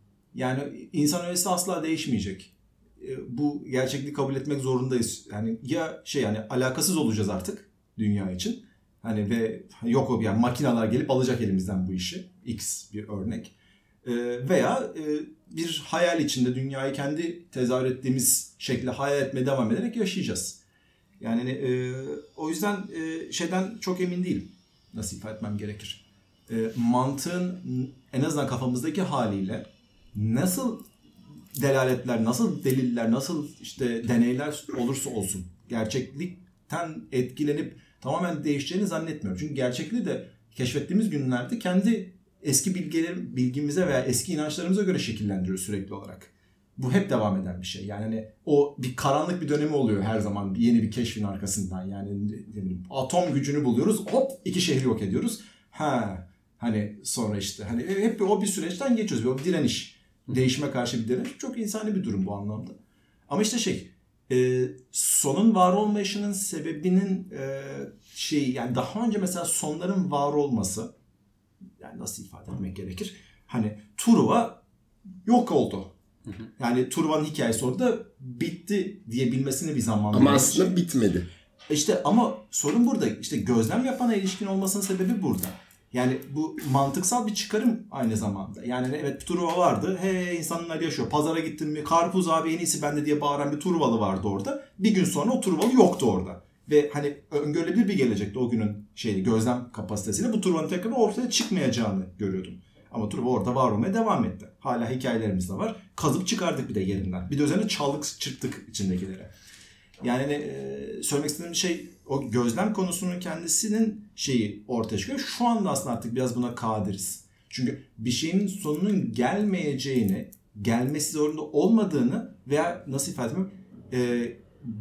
Yani insan öylesi asla değişmeyecek. E, bu gerçekliği kabul etmek zorundayız. Yani ya şey yani alakasız olacağız artık dünya için. Hani ve yok yani makineler gelip alacak elimizden bu işi. X bir örnek. E, veya e, bir hayal içinde dünyayı kendi tezahür ettiğimiz şekilde hayal etmeye devam ederek yaşayacağız. Yani e, o yüzden e, şeyden çok emin değilim. Nasıl ifade etmem gerekir? E, mantığın en azından kafamızdaki haliyle nasıl delaletler, nasıl deliller, nasıl işte deneyler olursa olsun gerçeklikten etkilenip tamamen değişeceğini zannetmiyorum. Çünkü gerçekliği de keşfettiğimiz günlerde kendi eski bilgiler, bilgimize veya eski inançlarımıza göre şekillendiriyoruz sürekli olarak. Bu hep devam eden bir şey. Yani hani o bir karanlık bir dönemi oluyor her zaman yeni bir keşfin arkasından. Yani ne bileyim, atom gücünü buluyoruz. Hop iki şehri yok ediyoruz. Ha hani sonra işte hani hep o bir süreçten geçiyoruz. O bir direniş. Değişime karşı bir direniş. Çok insani bir durum bu anlamda. Ama işte şey e, sonun var olmayışının sebebinin e, şey yani daha önce mesela sonların var olması yani nasıl ifade etmek gerekir? Hani Truva yok oldu. Yani Truva'nın hikayesi orada bitti diyebilmesini bir zaman. Ama aslında şey. bitmedi. İşte ama sorun burada. İşte gözlem yapana ilişkin olmasının sebebi burada. Yani bu mantıksal bir çıkarım aynı zamanda. Yani evet Truva vardı. He insanlar yaşıyor. Pazara gittin mi? Karpuz abi en iyisi bende diye bağıran bir Truvalı vardı orada. Bir gün sonra o Truvalı yoktu orada. Ve hani öngörülebilir bir gelecekti o günün şeyi gözlem kapasitesiyle bu Truva'nın tekrar ortaya çıkmayacağını görüyordum. Ama Truva orada var olmaya devam etti. Hala hikayelerimiz de var. Kazıp çıkardık bir de yerinden. Bir de üzerine çaldık çırptık içindekilere. Yani e, söylemek istediğim şey o gözlem konusunun kendisinin şeyi ortaya çıkıyor. Şu anda aslında artık biraz buna kadiriz. Çünkü bir şeyin sonunun gelmeyeceğini, gelmesi zorunda olmadığını veya nasıl ifade edeyim, e,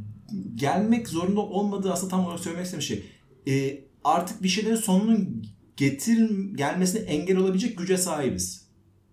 gelmek zorunda olmadığı aslında tam olarak söylemek istediğim şey. E, artık bir şeylerin sonunun getir gelmesine engel olabilecek güce sahibiz.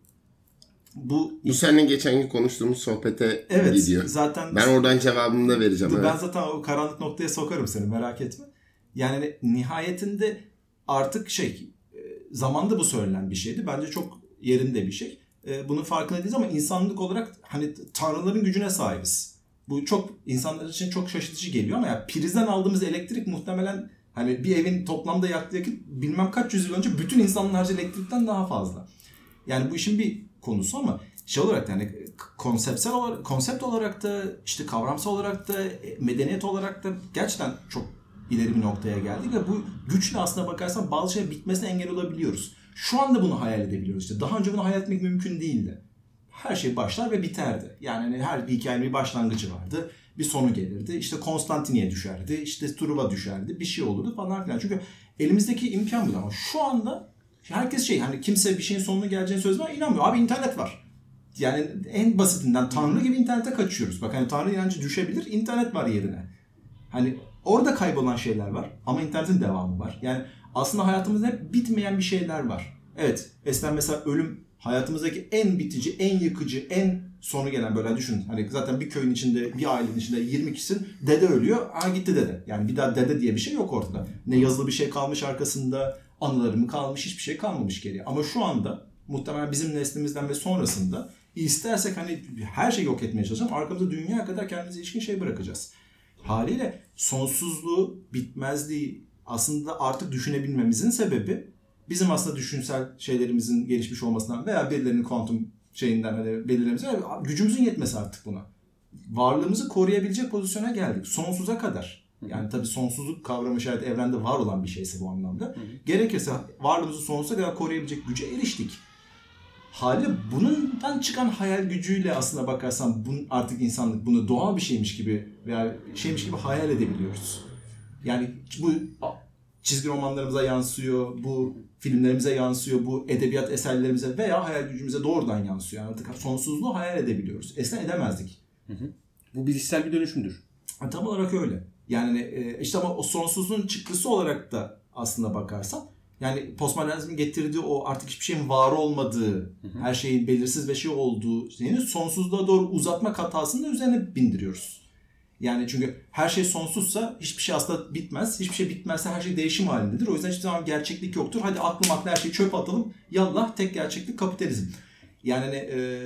Bu Bu seninle geçen gün konuştuğumuz sohbete evet, gidiyor. Zaten ben oradan cevabını da vereceğim. Ben evet. zaten o karanlık noktaya sokarım seni merak etme. Yani nihayetinde artık şey zamanda bu söylenen bir şeydi. Bence çok yerinde bir şey. Bunun farkında değiliz ama insanlık olarak hani tanrıların gücüne sahibiz. Bu çok insanlar için çok şaşırtıcı geliyor ama ya prizden aldığımız elektrik muhtemelen hani bir evin toplamda yaklaşık bilmem kaç yüzyıl önce bütün insanların harcadığı elektrikten daha fazla. Yani bu işin bir konusu ama şey olarak da yani konseptsel olarak, konsept olarak da işte kavramsal olarak da medeniyet olarak da gerçekten çok ileri bir noktaya geldik ve bu güçle aslına bakarsan bazı şeyler bitmesine engel olabiliyoruz. Şu anda bunu hayal edebiliyoruz. İşte daha önce bunu hayal etmek mümkün değildi. Her şey başlar ve biterdi. Yani hani her bir hikayenin bir başlangıcı vardı. Bir sonu gelirdi. İşte Konstantiniye düşerdi. İşte Truva düşerdi. Bir şey olurdu falan filan. Çünkü elimizdeki imkan bu. Ama şu anda herkes şey hani kimse bir şeyin sonuna geleceğini sözüme inanmıyor. Abi internet var. Yani en basitinden Tanrı gibi internete kaçıyoruz. Bak hani Tanrı inancı düşebilir. İnternet var yerine. Hani orada kaybolan şeyler var. Ama internetin devamı var. Yani aslında hayatımızda hep bitmeyen bir şeyler var. Evet. Eskiden mesela ölüm hayatımızdaki en bitici, en yıkıcı, en sonu gelen böyle düşün. Hani zaten bir köyün içinde, bir ailenin içinde yirmi kişisin. Dede ölüyor. Aa gitti dede. Yani bir daha dede diye bir şey yok ortada. Ne yazılı bir şey kalmış arkasında, anıları mı kalmış, hiçbir şey kalmamış geriye. Ama şu anda muhtemelen bizim neslimizden ve sonrasında istersek hani her şeyi yok etmeye çalışalım. Arkamızda dünya kadar kendimize ilişkin şey bırakacağız. Haliyle sonsuzluğu, bitmezliği aslında artık düşünebilmemizin sebebi bizim aslında düşünsel şeylerimizin gelişmiş olmasından veya birilerinin kuantum şeyinden hani belirlemesi, gücümüzün yetmesi artık buna. Varlığımızı koruyabilecek pozisyona geldik. Sonsuza kadar. Yani tabii sonsuzluk kavramı şayet evrende var olan bir şeyse bu anlamda. Hı hı. Gerekirse varlığımızı sonsuza kadar koruyabilecek güce eriştik. Haliyle bundan çıkan hayal gücüyle aslına bakarsan bunun artık insanlık bunu doğal bir şeymiş gibi veya şeymiş gibi hayal edebiliyoruz. Yani bu çizgi romanlarımıza yansıyor, bu filmlerimize yansıyor, bu edebiyat eserlerimize veya hayal gücümüze doğrudan yansıyor. Yani artık sonsuzluğu hayal edebiliyoruz. Eskiden edemezdik. Hı hı. Bu bilişsel bir dönüşümdür. Tam olarak öyle. Yani işte ama o sonsuzluğun çıktısı olarak da aslında bakarsan yani postmodernizmin getirdiği o artık hiçbir şeyin var olmadığı, hı hı. her şeyin belirsiz ve şey olduğu şeyini sonsuzluğa doğru uzatmak hatasını da üzerine bindiriyoruz. Yani çünkü her şey sonsuzsa hiçbir şey aslında bitmez. Hiçbir şey bitmezse her şey değişim halindedir. O yüzden hiçbir zaman gerçeklik yoktur. Hadi aklım aklı her şeyi çöpe atalım. Yallah tek gerçeklik kapitalizm. Yani e,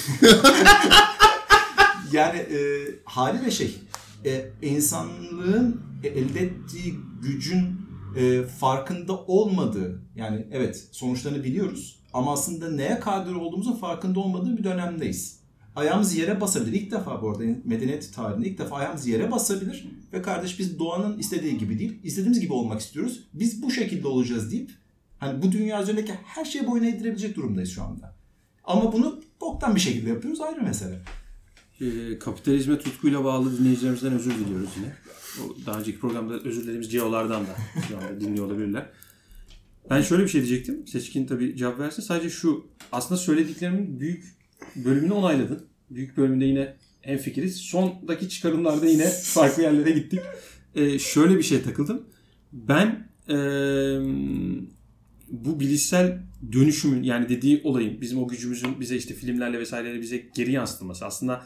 yani e, haliyle şey e, insanlığın elde ettiği gücün e, farkında olmadığı, yani evet sonuçlarını biliyoruz ama aslında neye kadir olduğumuzun farkında olmadığı bir dönemdeyiz. Ayağımız yere basabilir. İlk defa bu arada medeniyet tarihinde ilk defa ayağımız yere basabilir ve kardeş biz doğanın istediği gibi değil, istediğimiz gibi olmak istiyoruz. Biz bu şekilde olacağız deyip hani bu dünya üzerindeki her şeye boyun eğdirebilecek durumdayız şu anda. Ama bunu boktan bir şekilde yapıyoruz, ayrı mesele. E, kapitalizme tutkuyla bağlı dinleyicilerimizden özür diliyoruz yine. O daha önceki programda özür dilediğimiz C E O'lardan da şu anda dinliyor olabilirler. Ben şöyle bir şey diyecektim. Seçkin tabii cevap versin. Sadece şu, aslında söylediklerimin büyük bölümünü onayladın. Büyük bölümünde yine hemfikiriz. Sondaki çıkarımlarda yine farklı yerlere gittik. E, şöyle bir şeye takıldım. Ben e, bu bilişsel dönüşümün, yani dediği olayın bizim o gücümüzün bize işte filmlerle vesaireyle bize geri yansıtılması, aslında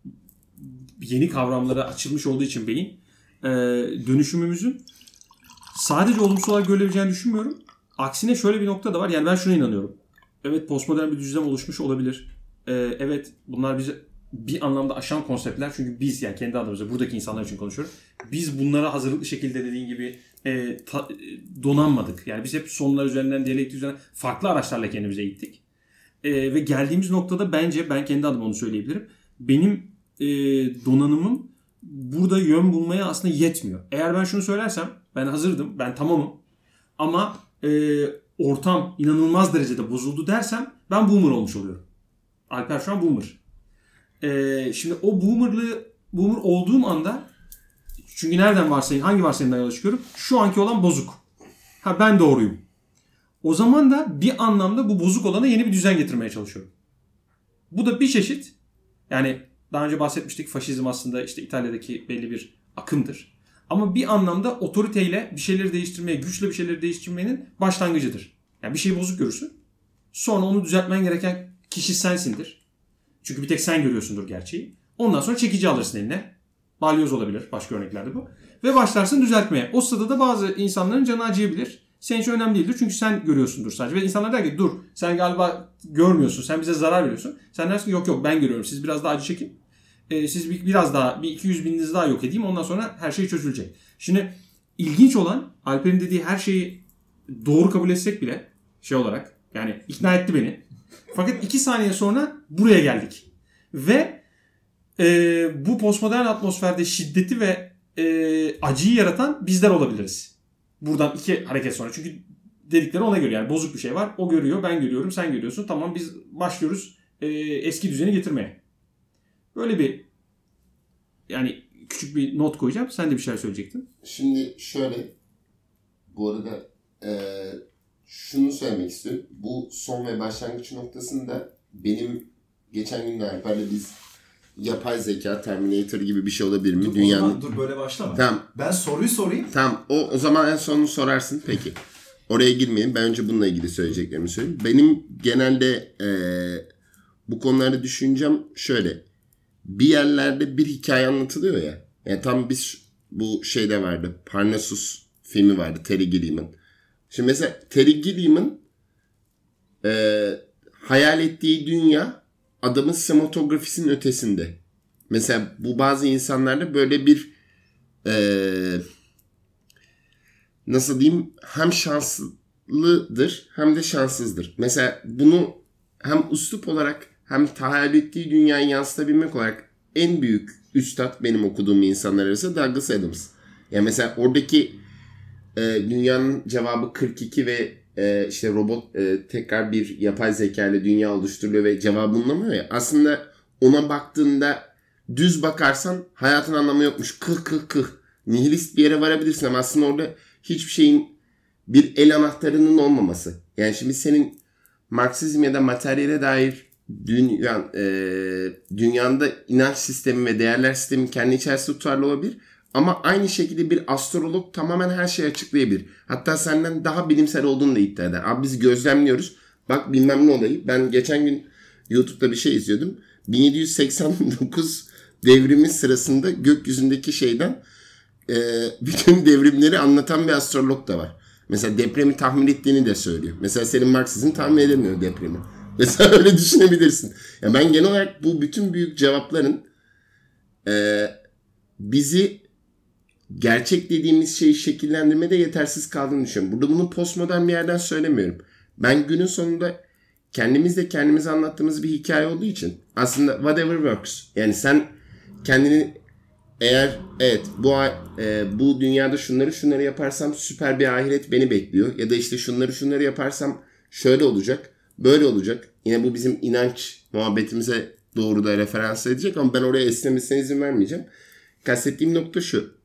yeni kavramlara açılmış olduğu için beyin e, dönüşümümüzün sadece olumsuz olarak görülebileceğini düşünmüyorum. Aksine şöyle bir nokta da var. Yani ben şuna inanıyorum. Evet, postmodern bir düzlem oluşmuş olabilir. Ee, evet, bunlar bizi bir anlamda aşan konseptler. Çünkü biz, yani kendi adımıza, buradaki insanlar için konuşuyorum. Biz bunlara hazırlıklı şekilde dediğin gibi e, ta, donanmadık. Yani biz hep sonlar üzerinden, diyalektik üzerinden farklı araçlarla kendimize eğittik. E, ve geldiğimiz noktada bence, ben kendi adıma onu söyleyebilirim. Benim e, donanımım burada yön bulmaya aslında yetmiyor. Eğer ben şunu söylersem, ben hazırdım, ben tamamım. Ama e, ortam inanılmaz derecede bozuldu dersem ben boomer olmuş oluyorum. Alper şu an boomer. Ee, şimdi o boomerlığı boomer olduğum anda, çünkü nereden varsayın, hangi varsayımdan yola çıkıyorum? Şu anki olan bozuk. Ha, ben doğruyum. O zaman da bir anlamda bu bozuk olana yeni bir düzen getirmeye çalışıyorum. Bu da bir çeşit, yani daha önce bahsetmiştik, faşizm aslında işte İtalya'daki belli bir akımdır. Ama bir anlamda otoriteyle bir şeyleri değiştirmeye, güçle bir şeyleri değiştirmenin başlangıcıdır. Yani bir şeyi bozuk görürsün. Sonra onu düzeltmen gereken kişi sensindir. Çünkü bir tek sen görüyorsundur gerçeği. Ondan sonra çekici alırsın eline. Balyoz olabilir. Başka örneklerde bu. Ve başlarsın düzeltmeye. O sırada da bazı insanların canı acıyabilir. Senin için önemli değildir. Çünkü sen görüyorsundur sadece. Ve insanlar der ki dur, sen galiba görmüyorsun. Sen bize zarar veriyorsun. Sen dersin ki yok yok ben görüyorum. Siz biraz daha acı çekin. Ee, siz bir, biraz daha bir iki yüz bininizi daha yok edeyim. Ondan sonra her şey çözülecek. Şimdi ilginç olan, Alper'in dediği her şeyi doğru kabul etsek bile şey olarak, yani ikna etti beni. Fakat iki saniye sonra buraya geldik. Ve e, bu postmodern atmosferde şiddeti ve e, acıyı yaratan bizler olabiliriz. Buradan iki hareket sonra. Çünkü dedikleri ona göre, yani bozuk bir şey var. O görüyor, ben görüyorum, sen görüyorsun. Tamam, biz başlıyoruz e, eski düzeni getirmeye. Böyle bir, yani küçük bir not koyacağım. Sen de bir şey söyleyecektin. Şimdi şöyle, bu arada e, şunu söylemek istiyorum. Bu son ve başlangıç noktasında benim geçen gün Alper'le biz yapay zeka, Terminator gibi bir şey olabilir mi? Dur, Dünyanın... zaman, dur böyle başlama. Tamam. Ben soruyu sorayım. Tamam. O, o zaman en sonunu sorarsın. Peki. Oraya girmeyelim. Ben önce bununla ilgili söyleyeceklerimi söyleyeyim. Benim genelde e, bu konularda düşüncem şöyle. Bir yerlerde bir hikaye anlatılıyor ya. Yani tam biz bu şeyde vardı. Parnassus filmi vardı. Terry Gilliam'ın. Şimdi mesela Terry Gilliam'ın e, hayal ettiği dünya adamın sinematografisinin ötesinde. Mesela bu bazı insanlarda böyle bir e, nasıl diyeyim, hem şanslıdır hem de şanssızdır. Mesela bunu hem üslup olarak hem hayal ettiği dünyayı yansıtabilmek olarak en büyük üstad benim okuduğum insanlar arasında Douglas Adams. Yani mesela oradaki e, dünyanın cevabı kırk iki ve e, işte robot e, tekrar bir yapay zeka ile dünya oluşturuluyor ve cevabı bulunamıyor ya. Aslında ona baktığında düz bakarsan hayatın anlamı yokmuş. Kıh kıh kıh. Nihilist bir yere varabilirsin ama aslında orada hiçbir şeyin bir el anahtarının olmaması. Yani şimdi senin Marksizm ya da materyale dair dünya, e, dünyanda inanç sistemi ve değerler sistemi kendi içerisinde tutarlı olabilir. Ama aynı şekilde bir astrolog tamamen her şeyi açıklayabilir. Hatta senden daha bilimsel olduğunu da iddia eder. Abi biz gözlemliyoruz. Bak bilmem ne olayı. Ben geçen gün YouTube'da bir şey izliyordum. bin yedi yüz seksen dokuz devrimi sırasında gökyüzündeki şeyden e, bütün devrimleri anlatan bir astrolog da var. Mesela depremi tahmin ettiğini de söylüyor. Mesela senin Marksizm tahmin edemiyor depremi. Mesela öyle düşünebilirsin. Ya ben genel olarak bu bütün büyük cevapların e, bizi gerçek dediğimiz şeyi şekillendirmede yetersiz kaldığını düşünüyorum. Burada bunu postmodern bir yerden söylemiyorum. Ben günün sonunda kendimizle kendimize anlattığımız bir hikaye olduğu için aslında whatever works. Yani sen kendini eğer evet bu e, bu dünyada şunları şunları yaparsam süper bir ahiret beni bekliyor ya da işte şunları şunları yaparsam şöyle olacak, böyle olacak. Yine bu bizim inanç muhabbetimize doğru da referans edecek ama ben oraya esnemesine izin vermeyeceğim. Kastettiğim nokta şu.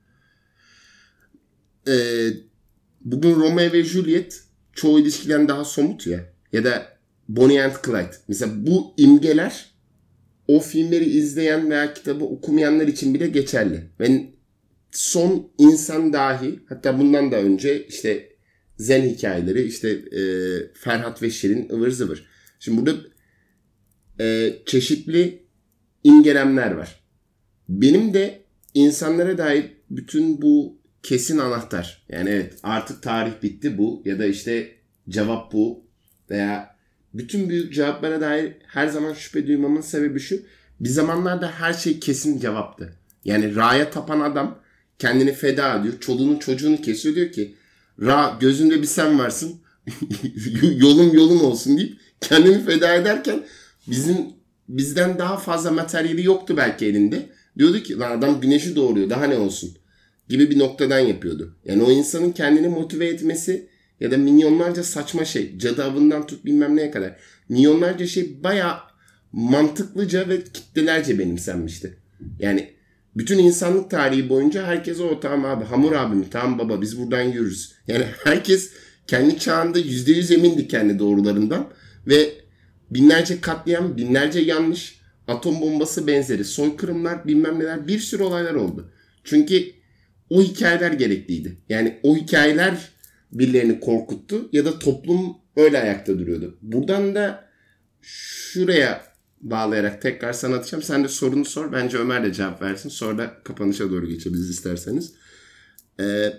Ee, bugün Romeo ve Juliet çoğu ilişkiden daha somut ya. Ya da Bonnie and Clyde. Mesela bu imgeler o filmleri izleyen veya kitabı okumayanlar için bile geçerli. Ve son insan dahi, hatta bundan da önce işte Zen hikayeleri, işte e, Ferhat ve Şirin, ıvır zıvır. Şimdi burada e, çeşitli imgelemler var. Benim de insanlara dair bütün bu kesin anahtar. Yani evet artık tarih bitti bu ya da işte cevap bu veya bütün büyük cevaplara dair her zaman şüphe duymamın sebebi şu. Bir zamanlarda her şey kesin cevaptı. Yani Ra'ya tapan adam kendini feda ediyor. Çoluğunu çocuğunu kesiyor, diyor ki Ra gözünde bir sen varsın. Yolum yolun olsun deyip kendini feda ederken bizim bizden daha fazla materyali yoktu belki elinde. Diyordu ki lan adam güneşi doğuruyor daha ne olsun gibi bir noktadan yapıyordu. Yani o insanın kendini motive etmesi ya da milyonlarca saçma şey, cadı avından tut bilmem neye kadar milyonlarca şey bayağı mantıklıca ve kitlelerce benimsenmişti. Yani bütün insanlık tarihi boyunca herkes o tamam abi Hamur abim tamam baba biz buradan yürürüz. Yani herkes kendi çağında yüzde yüz emindi kendi doğrularından ve binlerce katliam, binlerce yanlış, atom bombası benzeri soykırımlar bilmem neler bir sürü olaylar oldu. Çünkü o hikayeler gerekliydi. Yani o hikayeler birilerini korkuttu ya da toplum öyle ayakta duruyordu. Buradan da şuraya bağlayarak tekrar sana atacağım. Sen de sorunu sor. Bence Ömer de cevap versin. Sonra da kapanışa doğru geçebiliriz isterseniz. Ee,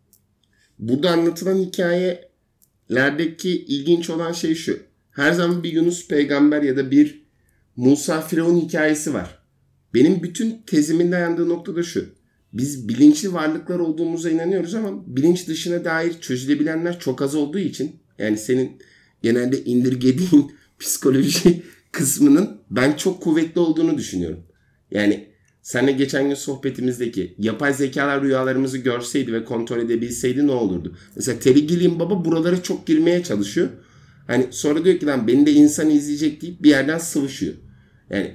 burada anlatılan hikayelerdeki ilginç olan şey şu. Her zaman bir Yunus peygamber ya da bir Musa Firavun hikayesi var. Benim bütün tezimin dayandığı nokta da şu. Biz bilinçli varlıklar olduğumuza inanıyoruz ama bilinç dışına dair çözülebilenler çok az olduğu için yani senin genelde indirgediğin psikoloji kısmının ben çok kuvvetli olduğunu düşünüyorum. Yani seninle geçen gün sohbetimizdeki yapay zekalar rüyalarımızı görseydi ve kontrol edebilseydi ne olurdu? Mesela Terry Gilliam baba buralara çok girmeye çalışıyor. Hani sonra diyor ki lan beni de insan izleyecek deyip bir yerden sıvışıyor. Yani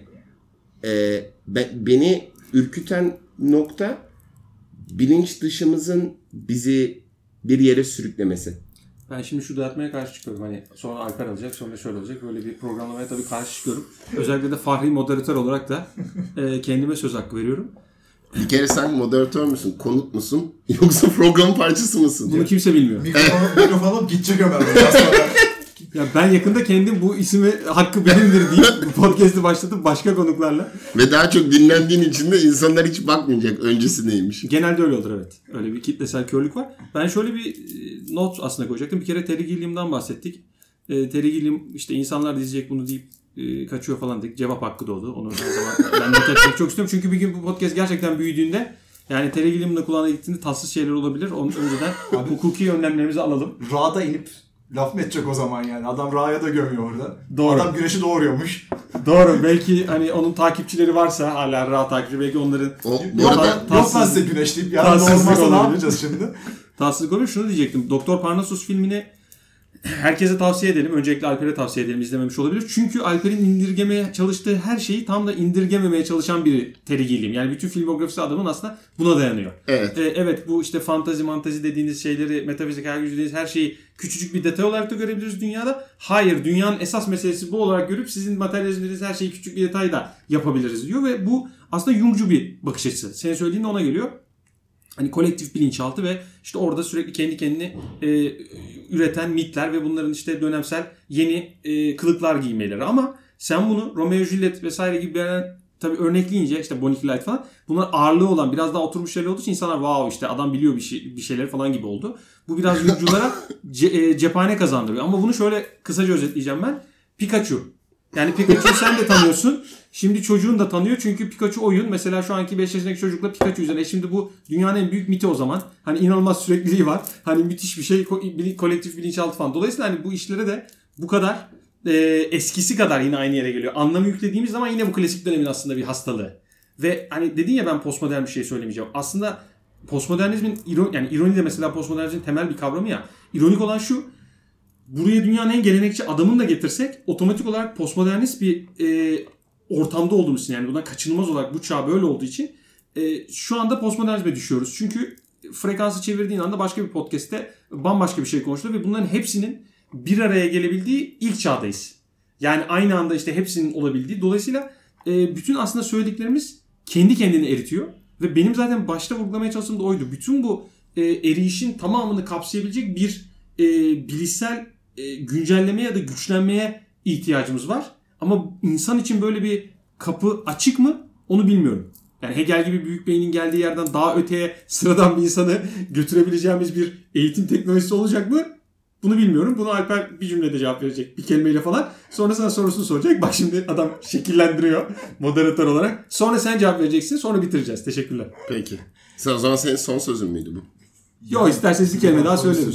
e, be, beni ürküten nokta bilinç dışımızın bizi bir yere sürüklemesi. Ben şimdi şu dağıtmaya karşı çıkıyorum. Hani sonra Alper alacak, sonra şöyle olacak. Böyle bir programlamaya tabii karşı çıkıyorum. Özellikle de Fahri moderatör olarak da e, kendime söz hakkı veriyorum. Bir kere sen moderatör müsün, konuk musun yoksa program parçası mısın? Bunu kimse bilmiyor. Mikrofonu, mikrofonu alıp gidecek Ömer. Ya ben yakında kendim bu ismi hakkı benimdir deyip bu podcast'ı başlatıp başka konuklarla. Ve daha çok dinlendiğin için de insanlar hiç bakmayacak öncesi neymiş. Genelde öyle olur evet. Öyle bir kitlesel körlük var. Ben şöyle bir not aslında koyacaktım. Bir kere Terry Gilliam'dan bahsettik. E, Terry Gilliam işte insanlar diyecek bunu deyip e, kaçıyor falan dedik. Cevap hakkı doğdu. Onu her zaman ben not etmek çok istiyorum. Çünkü bir gün bu podcast gerçekten büyüdüğünde yani Terry Gilliam'ın da kulağına gittiğinde tatsız şeyler olabilir. Onun önceden hukuki önlemlerimizi alalım. Ra'da inip laf mı edecek o zaman yani? Adam Ra'ya da gömüyor orada. Doğru. Adam güneşi doğuruyormuş. Doğru. Belki hani onun takipçileri varsa hala Ra takipçi belki onların o, bu arada yok ben size güneş deyip yarın doğurmasa ne yapacağız şimdi? Tatsızlık olur. Şunu diyecektim. Doktor Parnassus filmini herkese tavsiye edelim. Öncelikle Alper'e tavsiye edelim, izlememiş olabilir. Çünkü Alper'in indirgemeye çalıştığı her şeyi tam da indirgememeye çalışan biri Terry Gilliam. Yani bütün filmografisi adamın aslında buna dayanıyor. Evet. Ee, evet bu işte fantazi mantazi dediğiniz şeyleri, metafizik her gücü dediğiniz her şeyi küçücük bir detay olarak da görebiliriz dünyada. Hayır, dünyanın esas meselesi bu olarak görüp sizin materyalizm dediğiniz her şeyi küçük bir detay da yapabiliriz diyor ve bu aslında Jungcu bir bakış açısı. Senin söylediğin de ona geliyor. Hani kolektif bilinçaltı ve işte orada sürekli kendi kendini e, üreten mitler ve bunların işte dönemsel yeni e, kılıklar giymeleri. Ama sen bunu Romeo Juliet vesaire gibi bir tabii örnekleyince işte Bonnie Clyde falan bunlar ağırlığı olan biraz daha oturmuş şeyler olduğu için insanlar wow işte adam biliyor bir şey bir şeyler falan gibi oldu. Bu biraz yurtculara ce, e, cephane kazandırıyor. Ama bunu şöyle kısaca özetleyeceğim ben. Pikachu. Yani Pikachu'yu sen de tanıyorsun. Şimdi çocuğun da tanıyor çünkü Pikachu oyun. Mesela şu anki beş yaşındaki çocukla Pikachu üzerine. E şimdi bu dünyanın en büyük miti o zaman. Hani inanılmaz sürekliliği var. Hani müthiş bir şey. Kolektif bilinçaltı falan. Dolayısıyla hani bu işlere de bu kadar e, eskisi kadar yine aynı yere geliyor. Anlamı yüklediğimiz zaman yine bu klasik dönemin aslında bir hastalığı. Ve hani dedin ya ben postmodern bir şey söylemeyeceğim. Aslında postmodernizmin yani ironi de mesela postmodernizmin temel bir kavramı ya. İronik olan şu. Buraya dünyanın en gelenekçi adamını da getirsek otomatik olarak postmodernist bir e, ortamda olduğumuz için yani bundan kaçınılmaz olarak bu çağ böyle olduğu için e, şu anda postmodernizme düşüyoruz. Çünkü frekansı çevirdiğin anda başka bir podcast'te bambaşka bir şey konuşuluyor ve bunların hepsinin bir araya gelebildiği ilk çağdayız. Yani aynı anda işte hepsinin olabildiği. Dolayısıyla e, bütün aslında söylediklerimiz kendi kendini eritiyor ve benim zaten başta vurgulamaya çalıştığım da oydu. Bütün bu e, eriyişin tamamını kapsayabilecek bir e, bilişsel e, güncellemeye ya da güçlenmeye ihtiyacımız var. Ama insan için böyle bir kapı açık mı? Onu bilmiyorum. Yani Hegel gibi büyük beynin geldiği yerden daha öteye sıradan bir insanı götürebileceğimiz bir eğitim teknolojisi olacak mı? Bunu bilmiyorum. Bunu Alper bir cümlede cevap verecek. Bir kelimeyle falan. Sonra sana sorusunu soracak. Bak şimdi adam şekillendiriyor moderatör olarak. Sonra sen cevap vereceksin. Sonra bitireceğiz. Teşekkürler. Peki. O zaman senin son sözün müydü bu? Yok isterseniz bir kelime daha söylerim.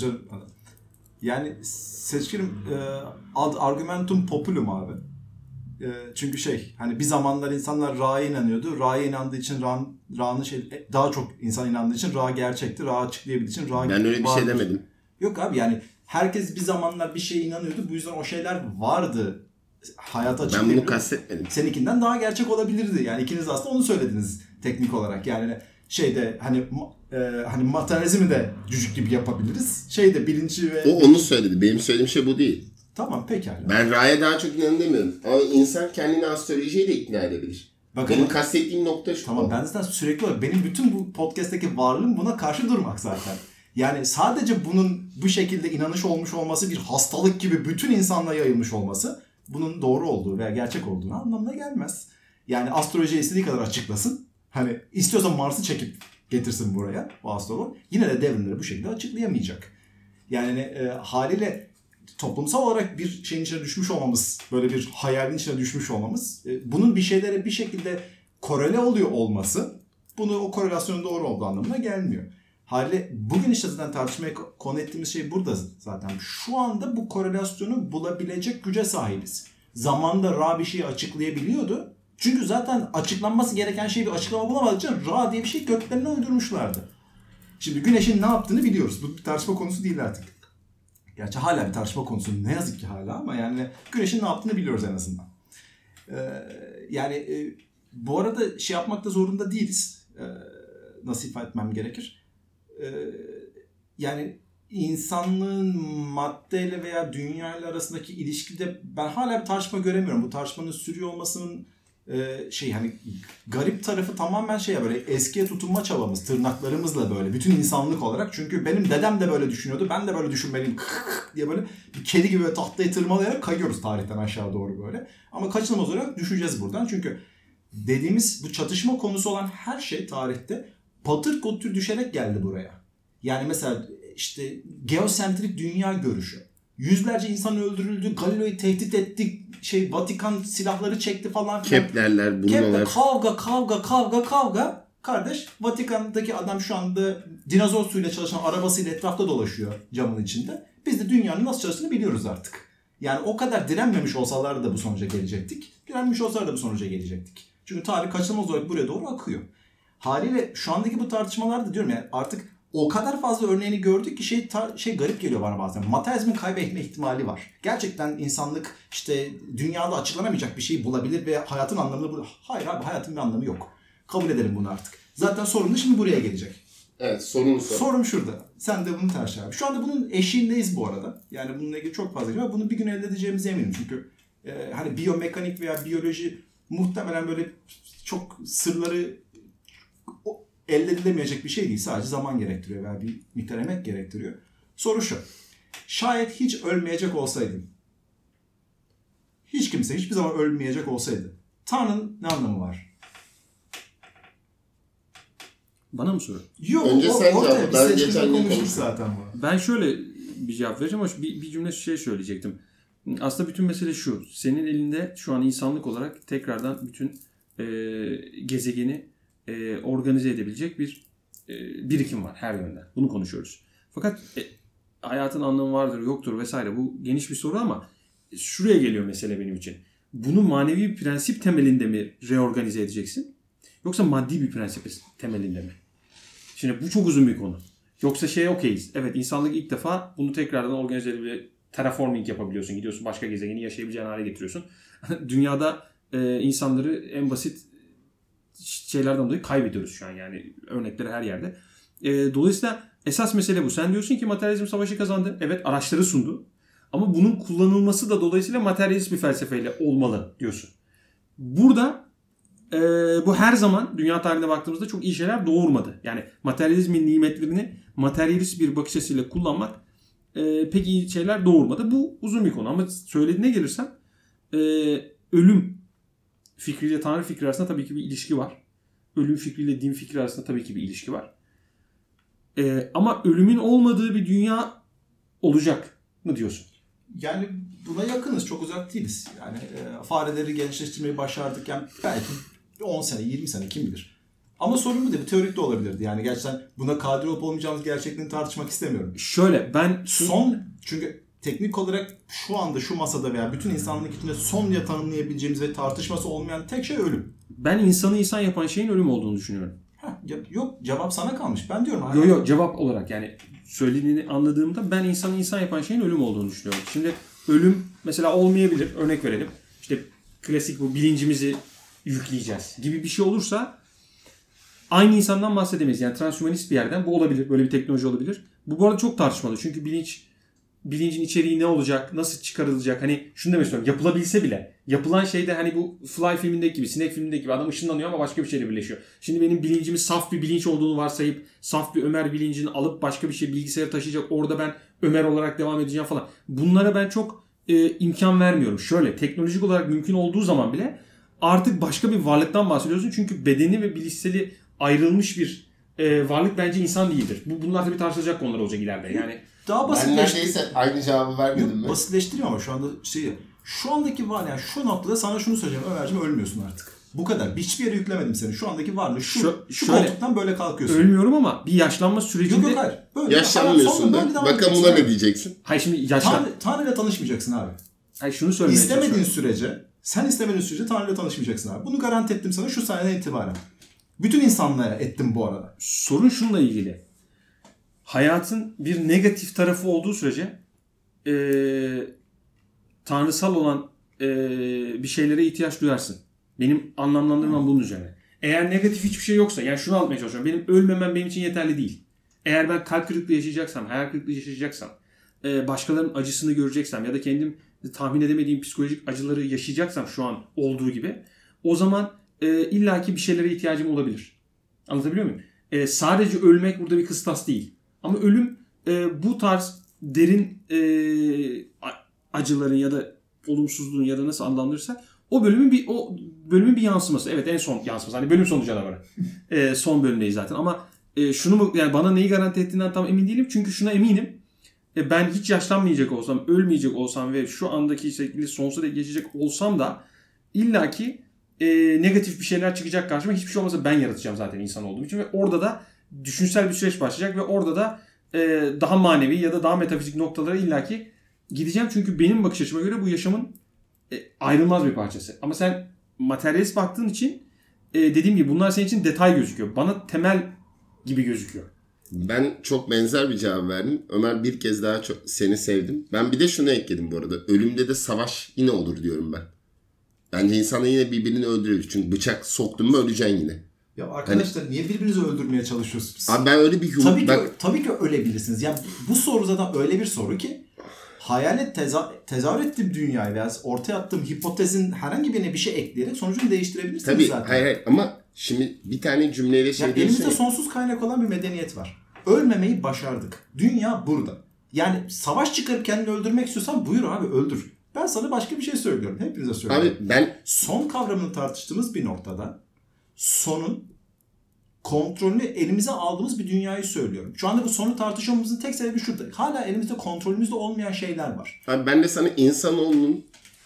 Yani seçkinim ad argumentum populum abi. E, çünkü şey hani bir zamanlar insanlar Ra'ya inanıyordu. Ra'ya inandığı için Ra, Ra'nın şey daha çok insan inandığı için Ra gerçekti. Ra açıklayabildiği için Ra Ben öyle bir vardır. şey demedim. Yok abi yani herkes bir zamanlar bir şeye inanıyordu. Bu yüzden o şeyler vardı. Hayata açıklayabiliyor. Ben bunu kastetmedim. Seninkinden daha gerçek olabilirdi. Yani ikiniz aslında onu söylediniz teknik olarak. Yani şeyde hani e, hani materyalizmi de cücük gibi yapabiliriz. Şeyde bilinci ve... O onu söyledi. Benim söylediğim şey bu değil. Tamam pekala. Ben Ra'ya daha çok inanın demiyorum. Ama insan kendini astrolojiye de ikna edebilir. Bakın, benim kastettiğim nokta şu. Tamam ben zaten sürekli olarak benim bütün bu podcast'taki varlığım buna karşı durmak zaten. Yani sadece bunun bu şekilde inanış olmuş olması bir hastalık gibi bütün insanlığa yayılmış olması bunun doğru olduğu veya gerçek olduğunu anlamına gelmez. Yani astrolojiyi istediği kadar açıklasın. Hani istiyorsa Mars'ı çekip getirsin buraya o astrolog. Yine de devrimleri bu şekilde açıklayamayacak. Yani e, haliyle toplumsal olarak bir şeyin içine düşmüş olmamız, böyle bir hayalin içine düşmüş olmamız, e, bunun bir şeylere bir şekilde korele oluyor olması, bunu o korelasyonun doğru olduğu anlamına gelmiyor. Haliyle bugün işte zaten tartışmaya konu ettiğimiz şey burada zaten. Şu anda bu korelasyonu bulabilecek güce sahibiz. Zamanda Ra bir şeyi açıklayabiliyordu. Çünkü zaten açıklanması gereken şeyi bir açıklama bulamadığı için Ra diye bir şey göklerine uydurmuşlardı. Şimdi Güneş'in ne yaptığını biliyoruz. Bu bir tartışma konusu değil artık. Gerçi hala bir tartışma konusu ne yazık ki hala ama yani Güneş'in ne yaptığını biliyoruz en azından. Ee, yani e, bu arada şey yapmakta zorunda değiliz. Ee, nasıl ifade etmem gerekir? Ee, yani insanlığın maddeyle veya dünyayla arasındaki ilişkide ben hala bir tartışma göremiyorum. Bu tartışmanın sürüyor olmasının e, şey hani garip tarafı tamamen şey ya böyle eskiye tutunma çabamız tırnaklarımızla böyle bütün insanlık olarak. Çünkü benim dedem de böyle düşünüyordu. Ben de böyle düşünmeliyim diye böyle bir kedi gibi böyle tahtayı tırmalayarak kayıyoruz tarihten aşağı doğru böyle. Ama kaçınılmaz olarak düşeceğiz buradan. Çünkü dediğimiz bu çatışma konusu olan her şey tarihte patır kütür düşerek geldi buraya. Yani mesela işte geosentrik dünya görüşü. Yüzlerce insan öldürüldü. Galileo'yu tehdit etti. Şey Vatikan silahları çekti falan filan. Keplerler, bunlar. Kepler, kavga, kavga, kavga, kavga. Kardeş Vatikan'daki adam şu anda dinozor suyuyla çalışan arabasıyla etrafta dolaşıyor camın içinde. Biz de dünyanın nasıl çalıştığını biliyoruz artık. Yani o kadar direnmemiş olsalardı da bu sonuca gelecektik. Direnmiş olsalardı da bu sonuca gelecektik. Çünkü tarih kaçınılmaz olarak buraya doğru akıyor. Haliyle şu andaki bu tartışmalarda diyorum ya artık o kadar fazla örneğini gördük ki şey tar- şey garip geliyor bana bazen. Materyalizmin kaybetme ihtimali var. Gerçekten insanlık işte dünyada açıklanamayacak bir şey bulabilir ve hayatın anlamını bulur. Hayır abi, hayatın bir anlamı yok. Kabul edelim bunu artık. Zaten sorun da şimdi buraya gelecek. Evet, sorun sor. Sorum şurada. Sen de bunu tartış abi. Şu anda bunun eşiğindeyiz bu arada. Yani bununla ilgili çok fazla şey var. Bunu bir gün elde edeceğimize eminim. Çünkü e, hani biyomekanik veya biyoloji muhtemelen böyle çok sırları elde edilemeyecek bir şey değil. Sadece zaman gerektiriyor veya bir miktar emek gerektiriyor. Soru şu. Şayet hiç ölmeyecek olsaydın, hiç kimse hiçbir zaman ölmeyecek olsaydı, Tanrı'nın ne anlamı var? Bana mı soruyor? Yok, Önce o, sen ortaya cevap. bir Ben seçimde geçen gün konuştuk konuştum. zaten bu. Ben şöyle bir cevap vereceğim ama bir, bir cümle şey söyleyecektim. Aslında bütün mesele şu. Senin elinde şu an insanlık olarak tekrardan bütün e, gezegeni e, organize edebilecek bir e, birikim var her yönden. Bunu konuşuyoruz. Fakat e, hayatın anlamı vardır, yoktur vesaire. Bu geniş bir soru ama şuraya geliyor mesele benim için. Bunu manevi bir prensip temelinde mi reorganize edeceksin? Yoksa maddi bir prensip temelinde mi? Şimdi bu çok uzun bir konu. Yoksa şeye okeyiz. Evet, insanlık ilk defa bunu tekrardan organize edebilir. Terraforming yapabiliyorsun. Gidiyorsun başka gezegeni yaşayabileceğin hale getiriyorsun. Dünyada e, insanları en basit şeylerden dolayı kaybediyoruz şu an. Yani örnekleri her yerde. E, dolayısıyla esas mesele bu. Sen diyorsun ki materyalizm savaşı kazandı. Evet, araçları sundu. Ama bunun kullanılması da dolayısıyla materyalist bir felsefeyle olmalı diyorsun. Burada e, bu her zaman dünya tarihine baktığımızda çok iyi şeyler doğurmadı. Yani materyalizmin nimetlerini materyalist bir bakış açısıyla kullanmak e, pek iyi şeyler doğurmadı. Bu uzun bir konu ama söylediğine gelirsem e, ölüm fikriyle Tanrı fikri arasında tabii ki bir ilişki var. Ölüm fikriyle din fikri arasında tabii ki bir ilişki var. E, ama ölümün olmadığı bir dünya olacak mı diyorsun? Yani buna yakınız, çok uzak değiliz. Yani e, fareleri gençleştirmeyi başardık. Yani belki on sene, yirmi sene kim bilir. Ama sorun bu değil. Teorik de olabilirdi. Yani gerçekten buna kadir olup olmayacağımız gerçekliğini tartışmak istemiyorum. Şöyle ben... Son, çünkü teknik olarak şu anda şu masada veya bütün insanlık içinde son diye tanımlayabileceğimiz ve tartışması olmayan tek şey ölüm. Ben insanı insan yapan şeyin ölüm olduğunu düşünüyorum. Heh, yok, cevap sana kalmış. Ben diyorum. Yok yok, cevap olarak yani söylediğini anladığımda ben insanı insan yapan şeyin ölüm olduğunu düşünüyorum. Şimdi ölüm mesela olmayabilir. Örnek verelim. İşte klasik bu bilincimizi yükleyeceğiz gibi bir şey olursa aynı insandan bahsedemeyiz. Yani transhumanist bir yerden bu olabilir. Böyle bir teknoloji olabilir. Bu bu arada çok tartışmalı. Çünkü bilinç bilincin içeriği ne olacak? Nasıl çıkarılacak? Hani şunu demek istiyorum. Yapılabilse bile. Yapılan şey de hani bu Fly filmindeki gibi, Sinek filmindeki gibi adam ışınlanıyor ama başka bir şeyle birleşiyor. Şimdi benim bilincimin saf bir bilinç olduğunu varsayıp saf bir Ömer bilincini alıp başka bir şey bilgisayara taşıyacak. Orada ben Ömer olarak devam edeceğim falan. Bunlara ben çok e, imkan vermiyorum. Şöyle teknolojik olarak mümkün olduğu zaman bile artık başka bir varlıktan bahsediyorsun. Çünkü bedeni ve bilişseli ayrılmış bir e, varlık bence insan değildir. Bu bunlar tabii tartışılacak konular olacak ileride. Yani daha Ben neredeyse aynı cevabı vermedim mi? Basitleştiriyor ama şu anda şey, şu andaki var yani şu noktada sana şunu söyleyeceğim. Ömerciğim, ölmüyorsun artık. Bu kadar. Hiçbir yere yüklemedim seni. Şu andaki varlığı şu, şu, şu şöyle, koltuktan böyle kalkıyorsun. Ölmüyorum ama bir yaşlanma sürecinde... Yok yok hayır. Böyle yaşlanmıyorsun da. Bakalım buna ne diyeceksin? Hayır şimdi yaşlan... Tanrı, Tanrı'yla tanışmayacaksın abi. Hayır şunu söylemeye İstemediğin sürece, sen istemediğin sürece Tanrı'yla tanışmayacaksın abi. Bunu garanti ettim sana şu sahneden itibaren. Bütün insanlığa ettim bu arada. Sorun şununla ilgili. Hayatın bir negatif tarafı olduğu sürece ee, tanrısal olan ee, bir şeylere ihtiyaç duyarsın. Benim anlamlandırmam bunun üzerine. Eğer negatif hiçbir şey yoksa, yani şunu anlatmaya çalışıyorum. Benim ölmemem benim için yeterli değil. Eğer ben kalp kırıklığı yaşayacaksam, hayal kırıklığı yaşayacaksam, ee, başkalarının acısını göreceksem ya da kendim tahmin edemediğim psikolojik acıları yaşayacaksam şu an olduğu gibi, o zaman e, illaki bir şeylere ihtiyacım olabilir. Anlatabiliyor muyum? E, sadece ölmek burada bir kıstas değil. Ama ölüm e, bu tarz derin e, acıların ya da olumsuzluğun ya da nasıl adlandırırsa o bölümün bir o bölümün bir yansıması. Evet, en son yansıması. Hani bölüm sonu canavarı. e, son bölümdeyiz zaten. Ama e, şunu mu, yani bana neyi garanti ettiğinden tam emin değilim. Çünkü şuna eminim. E, ben hiç yaşlanmayacak olsam, ölmeyecek olsam ve şu andaki şekilde sonsuza dek geçecek olsam da illaki e, negatif bir şeyler çıkacak karşıma. Hiçbir şey olmasa ben yaratacağım zaten insan olduğum için ve orada da düşünsel bir süreç başlayacak ve orada da e, daha manevi ya da daha metafizik noktalara illaki gideceğim. Çünkü benim bakış açıma göre bu yaşamın e, ayrılmaz bir parçası. Ama sen materyalist baktığın için e, dediğim gibi bunlar senin için detay gözüküyor. Bana temel gibi gözüküyor. Ben çok benzer bir cevap verdim. Ömer bir kez daha çok seni sevdim. Ben bir de şunu ekledim bu arada. Ölümde de savaş yine olur diyorum ben. Bence insanlar yine birbirini öldürüyor. Çünkü bıçak soktun mu öleceksin yine. Ya arkadaşlar hani, niye birbirinizi öldürmeye çalışıyorsunuz? Abi ben öyle bir yumruk... Tabii ki, ben... tabii ki ölebilirsiniz. Yani bu soru zaten öyle bir soru ki hayalet teza tezahür ettiğim dünyayı veya ortaya attığım hipotezin herhangi birine bir şey ekleyerek sonucunu değiştirebilirsiniz tabii, zaten. Tabii hayır hayır ama şimdi bir tane cümleyle şey yani diyorsun elimizde ya. sonsuz kaynak olan bir medeniyet var. Ölmemeyi başardık. Dünya burada. Yani savaş çıkarıp kendini öldürmek istiyorsan buyur abi öldür. Ben sana başka bir şey söylüyorum. Hepinize söylüyorum. Abi ben... Son kavramını tartıştığımız bir noktada sonun kontrolünü elimize aldığımız bir dünyayı söylüyorum. Şu anda bu sonu tartışmamızın tek sebebi şurada. Hala elimizde kontrolümüzde olmayan şeyler var. Abi ben de sana insanoğlunun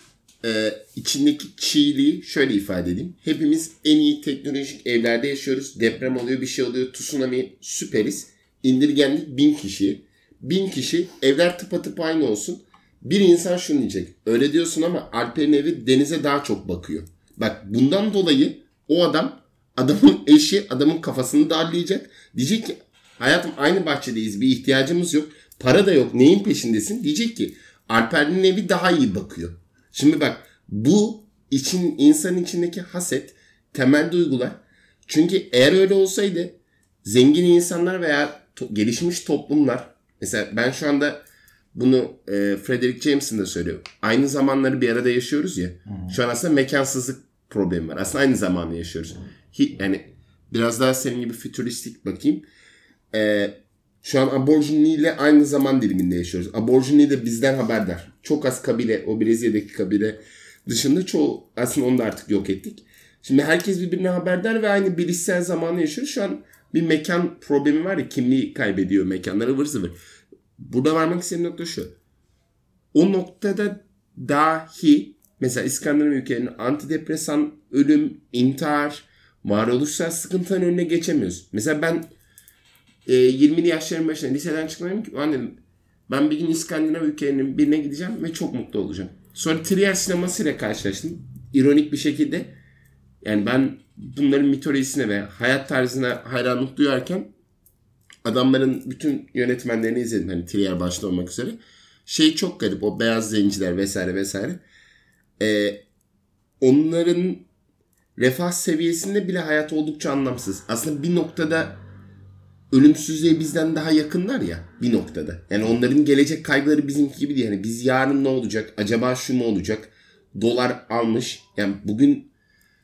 e, içindeki çiğliği şöyle ifade edeyim. Hepimiz en iyi teknolojik evlerde yaşıyoruz. Deprem oluyor, bir şey oluyor. Tsunami süperiz. İndirgendik bin kişiyi. Bin kişi evler tıpatıp aynı olsun. Bir insan şunu diyecek. Öyle diyorsun ama Alper'in evi denize daha çok bakıyor. Bak bundan dolayı o adam adamın eşi adamın kafasını darlayacak. Diyecek ki hayatım aynı bahçedeyiz bir ihtiyacımız yok. Para da yok neyin peşindesin? Diyecek ki Alper'in evi daha iyi bakıyor. Şimdi bak bu için insanın içindeki haset temel duygular. Çünkü eğer öyle olsaydı zengin insanlar veya to- gelişmiş toplumlar mesela ben şu anda bunu e, Frederick James'in de söylüyor. Aynı zamanları bir arada yaşıyoruz ya. Hı-hı. Şu an aslında mekansızlık problemi var. Aslında aynı zamanı yaşıyoruz. Hi, yani biraz daha senin gibi fütüristik bakayım. E, şu an aborjiniyle aynı zaman diliminde yaşıyoruz. Aborjini de bizden haberdar. Çok az kabile, o Brezilya'daki kabile dışında çoğu aslında onu da artık yok ettik. Şimdi herkes birbirine haberdar ve aynı bilişsel zamanı yaşıyor. Şu an bir mekan problemi var ya kimliği kaybediyor mekanlar ıvır zıvır. Burada varmak istediğim nokta şu. O noktada dahi mesela İskandinav ülkelerinin antidepresan, ölüm, intihar, varoluşsal sıkıntıların önüne geçemiyoruz. Mesela ben e, yirmili yaşlarım başında liseden çıkmadım ki annem ben bir gün İskandinav ülkelerinin birine gideceğim ve çok mutlu olacağım. Sonra Trier sinemasıyla karşılaştım. İronik bir şekilde yani ben bunların mitolojisine ve hayat tarzına hayranlık duyarken adamların bütün yönetmenlerini izledim. Hani Trier başta olmak üzere. Şey çok garip. O beyaz zenciler vesaire vesaire. Ee, onların refah seviyesinde bile hayat oldukça anlamsız. Aslında bir noktada ölümsüzlüğe bizden daha yakınlar ya. Bir noktada. Yani onların gelecek kaygıları bizimki gibi değil. Yani biz yarın ne olacak? Acaba şu mu olacak? Dolar almış. Yani bugün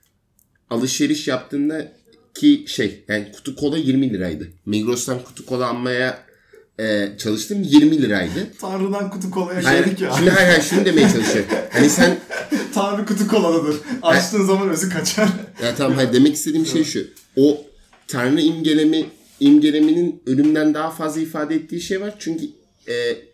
alışveriş yaptığında ki şey yani kutu kola yirmi liraydı. Migros'tan kutu kola almaya e, çalıştım yirmi liraydı. Tanrı'dan kutu kolaya hayır, geldik ya. Şimdi hayır hayır şunu demeye çalışıyorum. Hani sen Tanrı kutu kolalıdır. Açtığın zaman özü kaçar. Ya tamam hayır demek istediğim şey şu. O Tanrı imgelemi imgeleminin ölümden daha fazla ifade ettiği şey var. Çünkü e,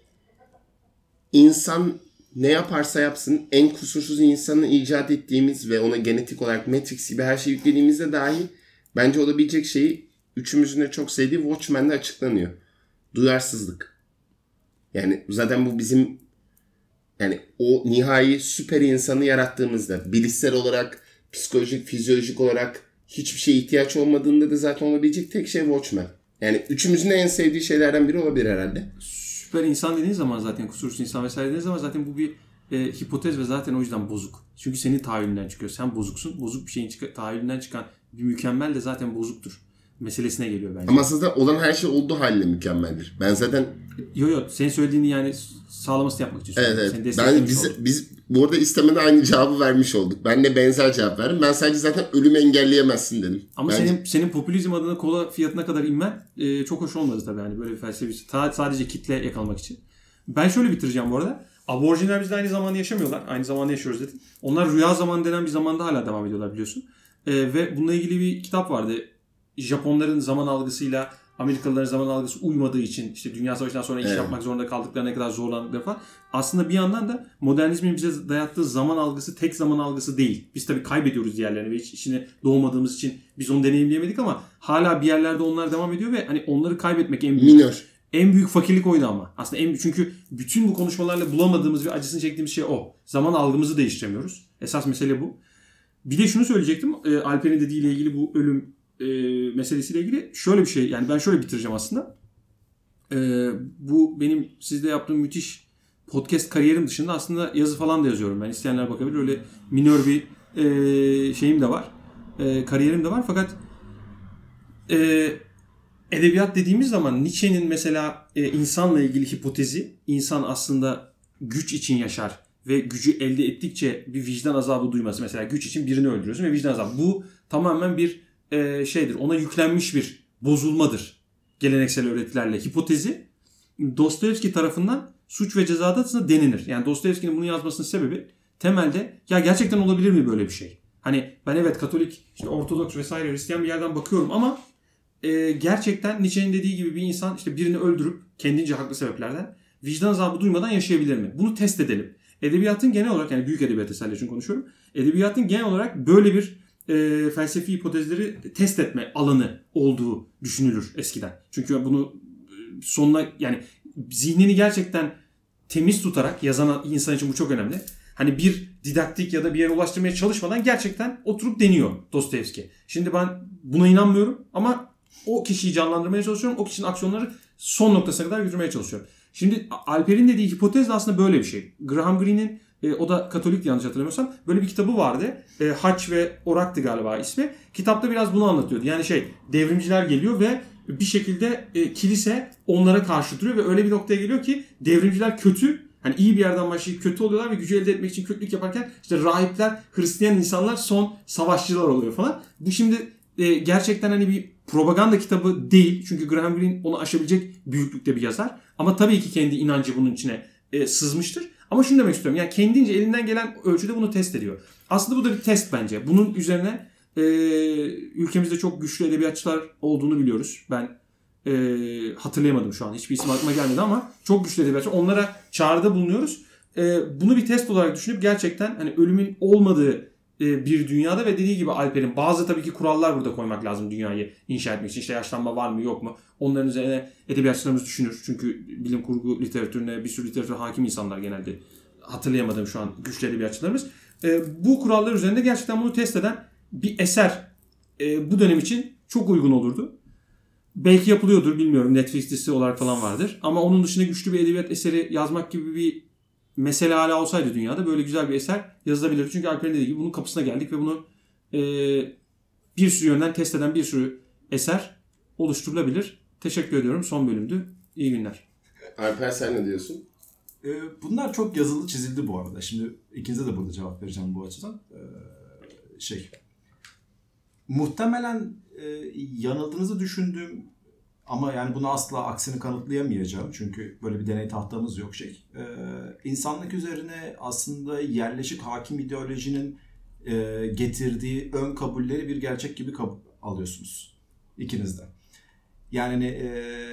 insan ne yaparsa yapsın en kusursuz insanı icat ettiğimiz ve ona genetik olarak Matrix gibi her şeyi yüklediğimizde dahi bence olabilecek şeyi üçümüzün de çok sevdiği Watchmen'de açıklanıyor. Duyarsızlık. Yani zaten bu bizim yani o nihai süper insanı yarattığımızda bilişsel olarak, psikolojik, fizyolojik olarak hiçbir şeye ihtiyaç olmadığında da zaten olabilecek tek şey Watchmen. Yani üçümüzün en sevdiği şeylerden biri olabilir herhalde. Süper insan dediğiniz zaman zaten kusursuz insan vesaire dediğiniz zaman zaten bu bir e, hipotez ve zaten o yüzden bozuk. Çünkü senin tahayyülünden çıkıyor. Sen bozuksun. Bozuk bir şeyin çık- tahayyülünden çıkan bir mükemmel de zaten bozuktur. Meselesine geliyor bence. Ama aslında olan her şey olduğu haliyle mükemmeldir. Ben zaten... Yo yo senin söylediğini yani sağlamasını yapmak için Evet evet. Ben, biz, biz bu arada istemeden aynı cevabı vermiş olduk. Ben de benzer cevap verdim. Ben sadece zaten ölümü engelleyemezsin dedim. Ama Bence... senin senin popülizm adına kola fiyatına kadar inmen e, çok hoş olmadı tabii. Yani böyle bir felsefi. Ta, sadece kitle yakalamak için. Ben şöyle bitireceğim bu arada. Aborjinler bizde aynı zamanda yaşamıyorlar. Aynı zamanda yaşıyoruz dedim. Onlar rüya zamanı denen bir zamanda hala devam ediyorlar biliyorsun. E, ve bununla ilgili bir kitap vardı. Japonların zaman algısıyla Amerikalıların zaman algısı uymadığı için işte Dünya Savaşı'ndan sonra iş evet. yapmak zorunda kaldıkları ne kadar zorlandıkları falan. Aslında bir yandan da modernizmin bize dayattığı zaman algısı tek zaman algısı değil. Biz tabii kaybediyoruz diğerlerini ve hiç içine doğmadığımız için biz onu deneyimleyemedik ama hala bir yerlerde onlar devam ediyor ve hani onları kaybetmek en büyük, minör. En büyük fakirlik oydu ama. Aslında en çünkü bütün bu konuşmalarla bulamadığımız ve acısını çektiğimiz şey o. Zaman algımızı değiştiremiyoruz. Esas mesele bu. Bir de şunu söyleyecektim. Alper'in dediğiyle ilgili bu ölüm e, meselesiyle ilgili şöyle bir şey, yani ben şöyle bitireceğim aslında. E, bu benim sizde yaptığım müthiş podcast kariyerim dışında aslında yazı falan da yazıyorum. Ben isteyenler bakabilir. Öyle minör bir e, şeyim de var. E, kariyerim de var. Fakat e, edebiyat dediğimiz zaman Nietzsche'nin mesela e, insanla ilgili hipotezi, insan aslında güç için yaşar ve gücü elde ettikçe bir vicdan azabı duyması. Mesela güç için birini öldürüyorsun ve vicdan azabı. Bu tamamen bir e, şeydir. Ona yüklenmiş bir bozulmadır. Geleneksel öğretilerle hipotezi Dostoyevski tarafından Suç ve Ceza'da aslında denilir. Yani Dostoyevski'nin bunu yazmasının sebebi temelde ya gerçekten olabilir mi böyle bir şey? Hani ben evet Katolik, işte Ortodoks vesaire Hristiyan bir yerden bakıyorum ama e, gerçekten Nietzsche'nin dediği gibi bir insan işte birini öldürüp kendince haklı sebeplerden vicdan azabı duymadan yaşayabilir mi? Bunu test edelim. Edebiyatın genel olarak, yani büyük edebiyat eserleri için konuşuyorum. Edebiyatın genel olarak böyle bir e, felsefi hipotezleri test etme alanı olduğu düşünülür eskiden. Çünkü bunu sonuna, yani zihnini gerçekten temiz tutarak yazan insan için bu çok önemli. Hani bir didaktik ya da bir yere ulaştırmaya çalışmadan gerçekten oturup deniyor Dostoyevski. Şimdi ben buna inanmıyorum ama o kişiyi canlandırmaya çalışıyorum. O kişinin aksiyonları son noktasına kadar götürmeye çalışıyorum. Şimdi Alper'in dediği hipotez de aslında böyle bir şey. Graham Greene'in e, o da Katolik yanlış hatırlamıyorsam böyle bir kitabı vardı. E, Haç ve Orak'tı galiba ismi. Kitapta biraz bunu anlatıyordu. Yani şey, devrimciler geliyor ve bir şekilde e, kilise onlara karşı duruyor ve öyle bir noktaya geliyor ki devrimciler kötü, hani iyi bir yerden başlayıp kötü oluyorlar ve gücü elde etmek için kötülük yaparken işte rahipler, Hristiyan insanlar son savaşçılar oluyor falan. Bu şimdi e, gerçekten hani bir propaganda kitabı değil. Çünkü Graham Greene onu aşabilecek büyüklükte bir yazar. Ama tabii ki kendi inancı bunun içine e, sızmıştır. Ama şunu demek istiyorum. Yani kendince elinden gelen ölçüde bunu test ediyor. Aslında bu da bir test bence. Bunun üzerine e, ülkemizde çok güçlü edebiyatçılar olduğunu biliyoruz. Ben e, hatırlayamadım şu an. Hiçbir isim aklıma gelmedi ama çok güçlü edebiyatçılar. Onlara çağrıda bulunuyoruz. E, bunu bir test olarak düşünüp gerçekten hani ölümün olmadığı bir dünyada ve dediği gibi Alper'in bazı tabii ki kurallar burada koymak lazım dünyayı inşa etmek için. İşte yaşlanma var mı yok mu? Onların üzerine edebiyatçılarımız düşünür. Çünkü bilim kurgu literatürüne bir sürü literatüre hakim insanlar genelde. Hatırlayamadığım şu an güçlü edebiyatçılarımız. E, bu kurallar üzerinde gerçekten bunu test eden bir eser e, bu dönem için çok uygun olurdu. Belki yapılıyordur bilmiyorum. Netflix dizisi olarak falan vardır. Ama onun dışında güçlü bir edebiyat eseri yazmak gibi bir mesele hala olsaydı dünyada böyle güzel bir eser yazılabilirdi. Çünkü Alper'in dediği gibi bunun kapısına geldik ve bunu e, bir sürü yönden test eden bir sürü eser oluşturulabilir. Teşekkür ediyorum. Son bölümdü. İyi günler. Alper sen ne diyorsun? Ee, bunlar çok yazılı çizildi bu arada. Şimdi ikinize de burada cevap vereceğim bu açıdan. Ee, şey, muhtemelen e, yanıldığınızı düşündüğüm ama yani bunu asla aksini kanıtlayamayacağım. Çünkü böyle bir deney tahtamız yok şey. Ee, insanlık üzerine aslında yerleşik hakim ideolojinin e, getirdiği ön kabulleri bir gerçek gibi kabul alıyorsunuz. İkiniz de. Yani e,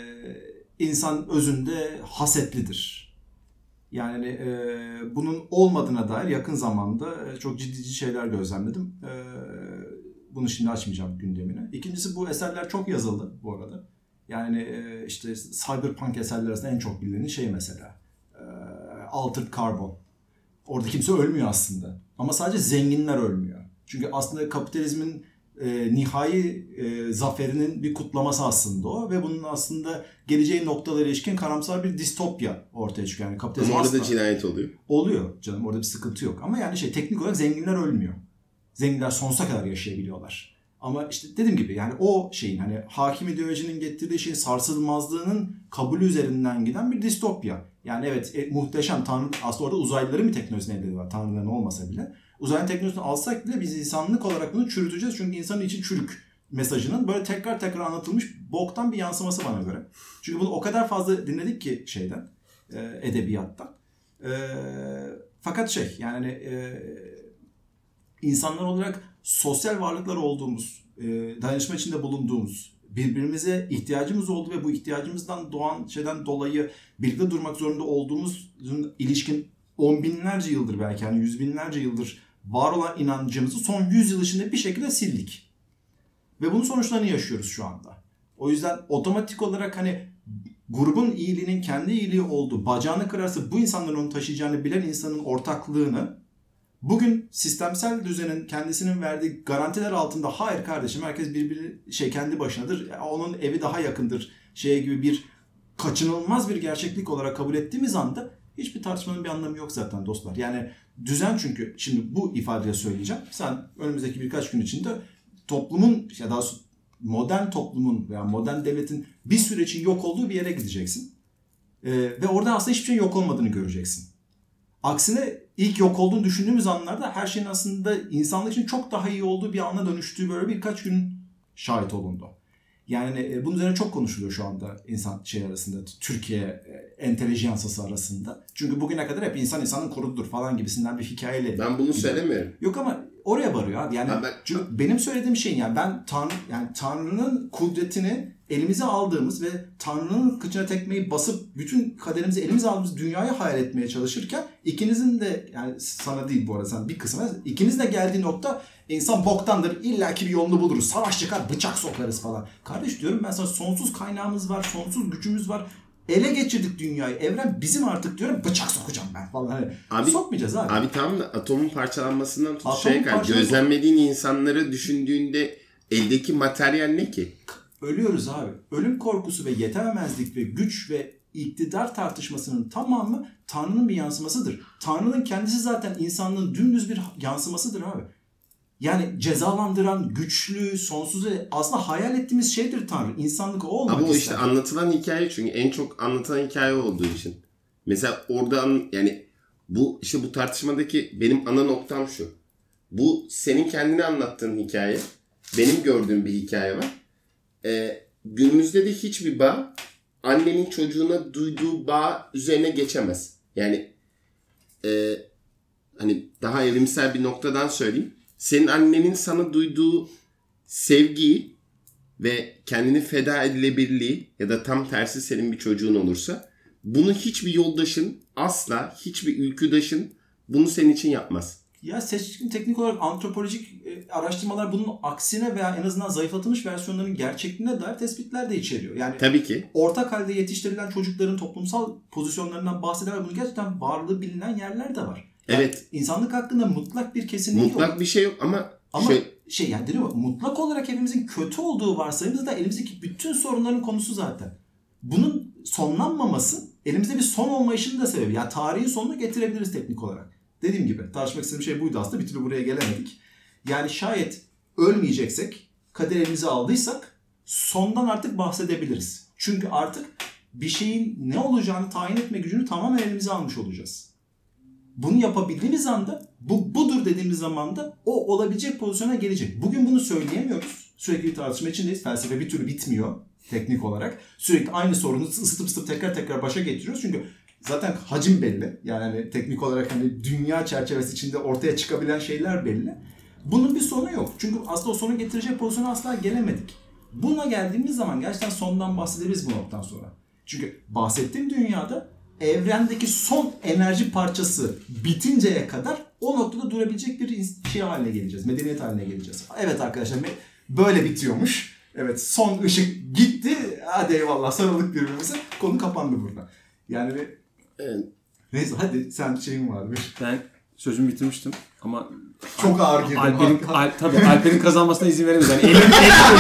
insan özünde hasetlidir. Yani e, bunun olmadığına dair yakın zamanda çok ciddi şeyler gözlemledim. E, bunu şimdi açmayacağım gündemine. İkincisi bu eserler çok yazıldı bu arada. Yani işte cyberpunk eserler arasında en çok bilinen şey mesela Altered Carbon. Orada kimse ölmüyor aslında. Ama sadece zenginler ölmüyor. Çünkü aslında kapitalizmin e, nihai e, zaferinin bir kutlaması aslında o. Ve bunun aslında geleceği noktalara ilişkin karamsar bir distopya ortaya çıkıyor. Yani kapitalizm ama orada asla... da cinayet oluyor. Oluyor canım, orada bir sıkıntı yok. Ama yani şey, teknik olarak zenginler ölmüyor. Zenginler sonsuza kadar yaşayabiliyorlar. Ama işte dediğim gibi yani o şeyin hani hakim ideolojinin getirdiği şeyin sarsılmazlığının kabulü üzerinden giden bir distopya. Yani evet e, muhteşem Tanrı, aslında orada uzaylıların bir teknolojisini elde ediyorlar. Tanrıların olmasa bile. Uzayın teknolojisini alsak bile biz insanlık olarak bunu çürüteceğiz. Çünkü insanın içi çürük mesajının böyle tekrar tekrar anlatılmış boktan bir yansıması bana göre. Çünkü bunu o kadar fazla dinledik ki şeyden, e, edebiyattan. E, fakat şey yani e, insanlar olarak sosyal varlıklar olduğumuz, e, dayanışma içinde bulunduğumuz, birbirimize ihtiyacımız oldu ve bu ihtiyacımızdan doğan şeyden dolayı birlikte durmak zorunda olduğumuzun ilişkin on binlerce yıldır belki yani yüz binlerce yıldır var olan inancımızı son yüz yıl içinde bir şekilde sildik. Ve bunun sonuçlarını yaşıyoruz şu anda. O yüzden otomatik olarak hani grubun iyiliğinin kendi iyiliği olduğu, bacağını kırarsa bu insanların onu taşıyacağını bilen insanın ortaklığını Bugün sistemsel düzenin kendisinin verdiği garantiler altında hayır kardeşim herkes birbiri şey kendi başınadır. Onun evi daha yakındır. Şey gibi bir kaçınılmaz bir gerçeklik olarak kabul ettiğimiz anda hiçbir tartışmanın bir anlamı yok zaten dostlar. Yani düzen çünkü şimdi bu ifadeyle söyleyeceğim. Sen önümüzdeki birkaç gün içinde toplumun ya daha modern toplumun veya modern devletin bir süre için yok olduğu bir yere gideceksin. Ee, ve orada aslında hiçbir şeyin yok olmadığını göreceksin. Aksine ilk yok olduğunu düşündüğümüz anlarda her şeyin aslında insanlık için çok daha iyi olduğu bir ana dönüştüğü böyle birkaç gün şahit olundu. Yani bunun üzerine çok konuşuluyor şu anda insan şey arasında, Türkiye entelejansası arasında. Çünkü bugüne kadar hep insan insanın korududur falan gibisinden bir hikayeyle. Ben bunu söylemiyorum. Yok ama oraya varıyor abi. Yani ben, çünkü benim söylediğim şeyin yani ben Tanrı yani Tanrı'nın kudretini elimize aldığımız ve Tanrı'nın kıçına tekmeyi basıp bütün kaderimizi elimize aldığımız dünyayı hayal etmeye çalışırken ikinizin de yani sana değil bu arada sen bir kısmı ikiniz de geldiği nokta insan boktandır illaki bir yolunu buluruz. Savaş çıkar bıçak sokarız falan. Kardeş diyorum ben sana sonsuz kaynağımız var sonsuz gücümüz var. Ele geçirdik dünyayı. Evren bizim artık diyorum bıçak sokacağım ben falan. Hani abi, sokmayacağız abi. Abi tamam da atomun parçalanmasından tut Atomun şeye kadar gözlemlediğin insanları düşündüğünde eldeki materyal ne ki? Ölüyoruz abi. Ölüm korkusu ve yetememezlik ve güç ve iktidar tartışmasının tamamı Tanrı'nın bir yansımasıdır. Tanrı'nın kendisi zaten insanlığın dümdüz bir yansımasıdır abi. Yani cezalandıran, güçlü, sonsuz aslında hayal ettiğimiz şeydir Tanrı. İnsanlık o olmak ister. Ama o ister. işte anlatılan hikaye çünkü en çok anlatılan hikaye olduğu için. Mesela oradan yani bu işte bu tartışmadaki benim ana noktam şu. Bu senin kendine anlattığın hikaye. Benim gördüğüm bir hikaye var. Ee, günümüzde de hiçbir bağ annenin çocuğuna duyduğu bağ üzerine geçemez. Yani e, hani daha evrimsel bir noktadan söyleyeyim. Senin annenin sana duyduğu sevgiyi ve kendini feda edilebilirliği ya da tam tersi senin bir çocuğun olursa bunu hiçbir yoldaşın asla hiçbir ülküdaşın bunu senin için yapmaz. Ya seçkin teknik olarak antropolojik araştırmalar bunun aksine veya en azından zayıflatılmış versiyonlarının gerçekliğine dair tespitler de içeriyor. Yani tabii ki. Ortak halde yetiştirilen çocukların toplumsal pozisyonlarından bahseden ve bunun gerçekten varlığı bilinen yerler de var. Yani evet. İnsanlık hakkında mutlak bir kesinlik yok. Mutlak bir şey yok ama ama şey, şey yani değil mi? Mutlak olarak hepimizin kötü olduğu varsayımda da elimizdeki bütün sorunların konusu zaten. Bunun sonlanmaması elimizde bir son olmayışının da sebebi. Yani tarihin sonunu getirebiliriz teknik olarak. Dediğim gibi tartışmak istediğim şey buydu aslında. Bir türlü buraya gelemedik. Yani şayet ölmeyeceksek, kader elimize aldıysak sondan artık bahsedebiliriz. Çünkü artık bir şeyin ne olacağını tayin etme gücünü tamamen elimize almış olacağız. Bunu yapabildiğimiz anda bu budur dediğimiz zaman da o olabilecek pozisyona gelecek. Bugün bunu söyleyemiyoruz. Sürekli bir tartışma içindeyiz. Felsefe bir türlü bitmiyor teknik olarak. Sürekli aynı sorunu ısıtıp ısıtıp tekrar tekrar başa getiriyoruz. Çünkü zaten hacim belli. Yani hani teknik olarak hani dünya çerçevesi içinde ortaya çıkabilen şeyler belli. Bunun bir sonu yok. Çünkü aslında o sonu getirecek pozisyona asla gelemedik. Buna geldiğimiz zaman gerçekten sondan bahsederiz bu noktadan sonra. Çünkü bahsettiğim dünyada evrendeki son enerji parçası bitinceye kadar o noktada durabilecek bir şey haline geleceğiz. Medeniyet haline geleceğiz. Evet arkadaşlar böyle bitiyormuş. Evet son ışık gitti. Hadi eyvallah sarıldık birbirimize. Konu kapandı burada. Yani bir... evet. Neyse hadi sen şeyin var bir. Ben sözümü bitirmiştim ama çok ağır girdim. Alper'in, Al, tabii Alper'in kazanmasına izin veremeyiz. Yani elli, elli,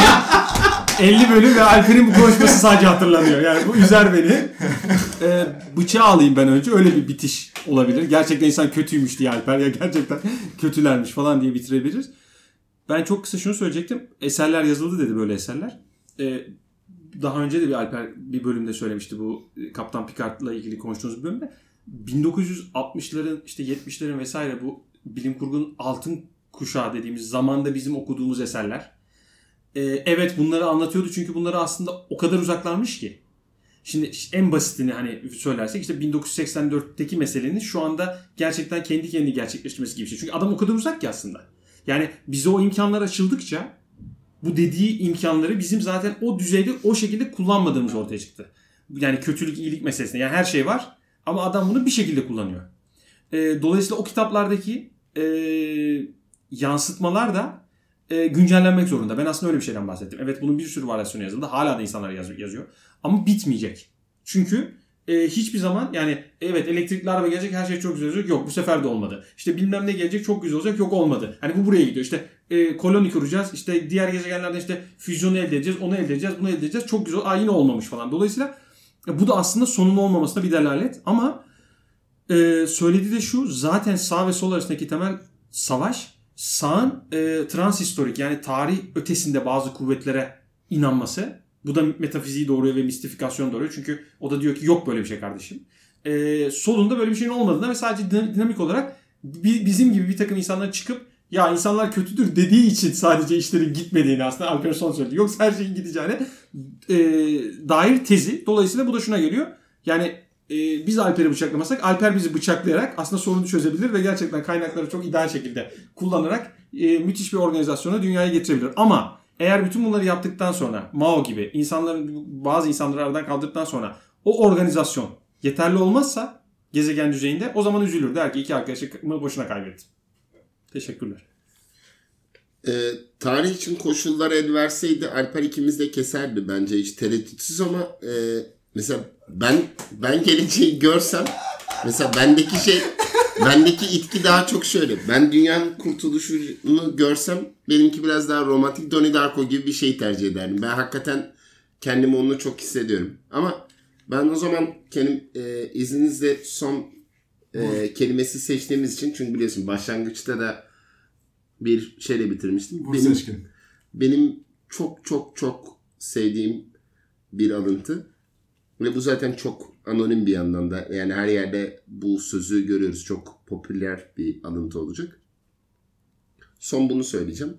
bölüm, elli bölüm ve Alper'in bu konuşması sadece hatırlanıyor. Yani bu üzer beni. Ee, bıçağı alayım ben önce. Öyle bir bitiş olabilir. Gerçekten insan kötüymüş diye Alper ya gerçekten kötülermiş falan diye bitirebiliriz. Ben çok kısa şunu söyleyecektim. Eserler yazıldı dedi böyle eserler. Ee, daha önce de bir Alper bir bölümde söylemişti bu Kaptan Picard'la ilgili konuştuğumuz bir bölümde. bin dokuz yüz altmışların işte yetmişlerin vesaire bu bilim kurgunun altın kuşağı dediğimiz zamanda bizim okuduğumuz eserler. Ee, evet bunları anlatıyordu çünkü bunları aslında o kadar uzaklarmış ki. Şimdi en basitini hani söylersek işte bin dokuz yüz seksen dörtteki meselenin şu anda gerçekten kendi kendini gerçekleştirmesi gibi bir şey. Çünkü adam o kadar uzak ki aslında. Yani bize o imkanlar açıldıkça bu dediği imkanları bizim zaten o düzeyde o şekilde kullanmadığımız ortaya çıktı. Yani kötülük iyilik meselesinde yani her şey var ama adam bunu bir şekilde kullanıyor. E, dolayısıyla o kitaplardaki e, yansıtmalar da e, güncellenmek zorunda. Ben aslında öyle bir şeyden bahsettim. Evet bunun bir sürü varyasyonu yazıldı. Hala da insanlar yaz, yazıyor. Ama bitmeyecek. Çünkü e, hiçbir zaman yani evet elektrikli araba gelecek, her şey çok güzel olacak. Yok, bu sefer de olmadı. İşte bilmem ne gelecek, çok güzel olacak. Yok, olmadı. Hani bu buraya gidiyor. İşte e, koloni kuracağız. İşte diğer gezegenlerden işte füzyonu elde edeceğiz. Onu elde edeceğiz. Bunu elde edeceğiz. Çok güzel. Aa, yine olmamış falan. Dolayısıyla bu da aslında sonun olmamasına bir delalet. Ama e, söylediği de şu. Zaten sağ ve sol arasındaki temel savaş, sağın e, transhistorik yani tarih ötesinde bazı kuvvetlere inanması. Bu da metafiziği doğuruyor ve mistifikasyon doğuruyor. Çünkü o da diyor ki yok böyle bir şey kardeşim. E, solunda böyle bir şeyin olmadığına ve sadece dinamik olarak bizim gibi bir takım insanlar çıkıp ya insanlar kötüdür dediği için sadece işlerin gitmediğini aslında Alper son söyledi. Yoksa her şeyin gideceğine e, dair tezi. Dolayısıyla bu da şuna geliyor. Yani e, biz Alper'i bıçaklamasak Alper bizi bıçaklayarak aslında sorunu çözebilir ve gerçekten kaynakları çok ideal şekilde kullanarak e, müthiş bir organizasyonu dünyaya getirebilir. Ama eğer bütün bunları yaptıktan sonra Mao gibi insanların bazı insanları aradan kaldırdıktan sonra o organizasyon yeterli olmazsa gezegen düzeyinde o zaman üzülür. Der ki iki arkadaşımı boşuna kaybettim. Teşekkürler. E, tarih için koşullar el verseydi Alper ikimiz de keserdi bence, hiç tereddütsüz ama e, mesela ben ben geleceği görsem mesela bendeki şey bendeki itki daha çok şöyle. Ben dünyanın kurtuluşunu görsem benimki biraz daha romantik Donnie Darko gibi bir şey tercih ederdim. Ben hakikaten kendimi onunla çok hissediyorum. Ama ben o zaman kendim e, izninizle son e, kelimesi seçtiğimiz için, çünkü biliyorsun başlangıçta da bir şeyle bitirmiştim. Bu benim, seçkin. benim çok çok çok sevdiğim bir alıntı. Ve bu zaten çok anonim bir yandan da. Yani her yerde bu sözü görüyoruz. Çok popüler bir alıntı olacak. Son bunu söyleyeceğim.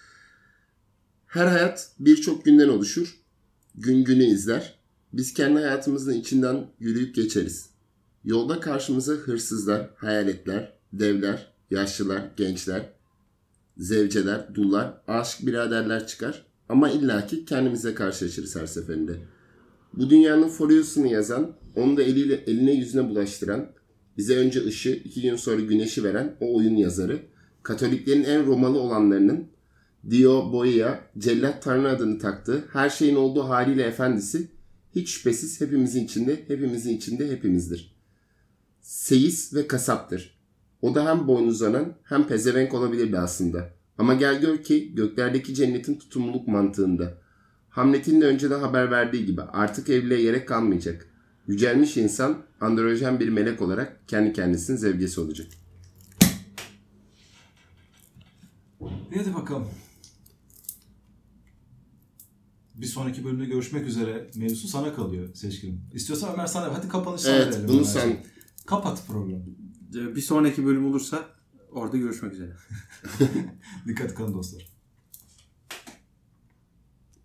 Her hayat birçok günden oluşur. Gün günü izler. Biz kendi hayatımızın içinden yürüyüp geçeriz. Yolda karşımıza hırsızlar, hayaletler, devler, yaşlılar, gençler, zevceler, dullar, aşık biraderler çıkar. Ama illaki kendimize karşılaşırız her seferinde. Bu dünyanın folyosunu yazan, onu da eliyle, eline yüzüne bulaştıran, bize önce ışığı, iki gün sonra güneşi veren o oyun yazarı, Katoliklerin en Romalı olanlarının Dio Boia, cellat tanrı adını taktığı, her şeyin olduğu haliyle efendisi, hiç şüphesiz hepimizin içinde, hepimizin içinde hepimizdir. Seyis ve kasaptır. O da hem boynuzanan hem pezevenk olabilirdi aslında. Ama gel gör ki göklerdeki cennetin tutumluluk mantığında. Hamlet'in de önceden haber verdiği gibi artık evliliğe gerek kalmayacak. Yücelmiş insan androjen bir melek olarak kendi kendisinin zevcesi olacak. Hadi bakalım. Bir sonraki bölümde görüşmek üzere. Mevzu sana kalıyor Seçkin. İstiyorsan Ömer sana. Hadi kapanış sana evet, verelim. bunu sen... Kapat programı. Bir sonraki bölüm olursa orada görüşmek üzere. Dikkat kalın dostlar.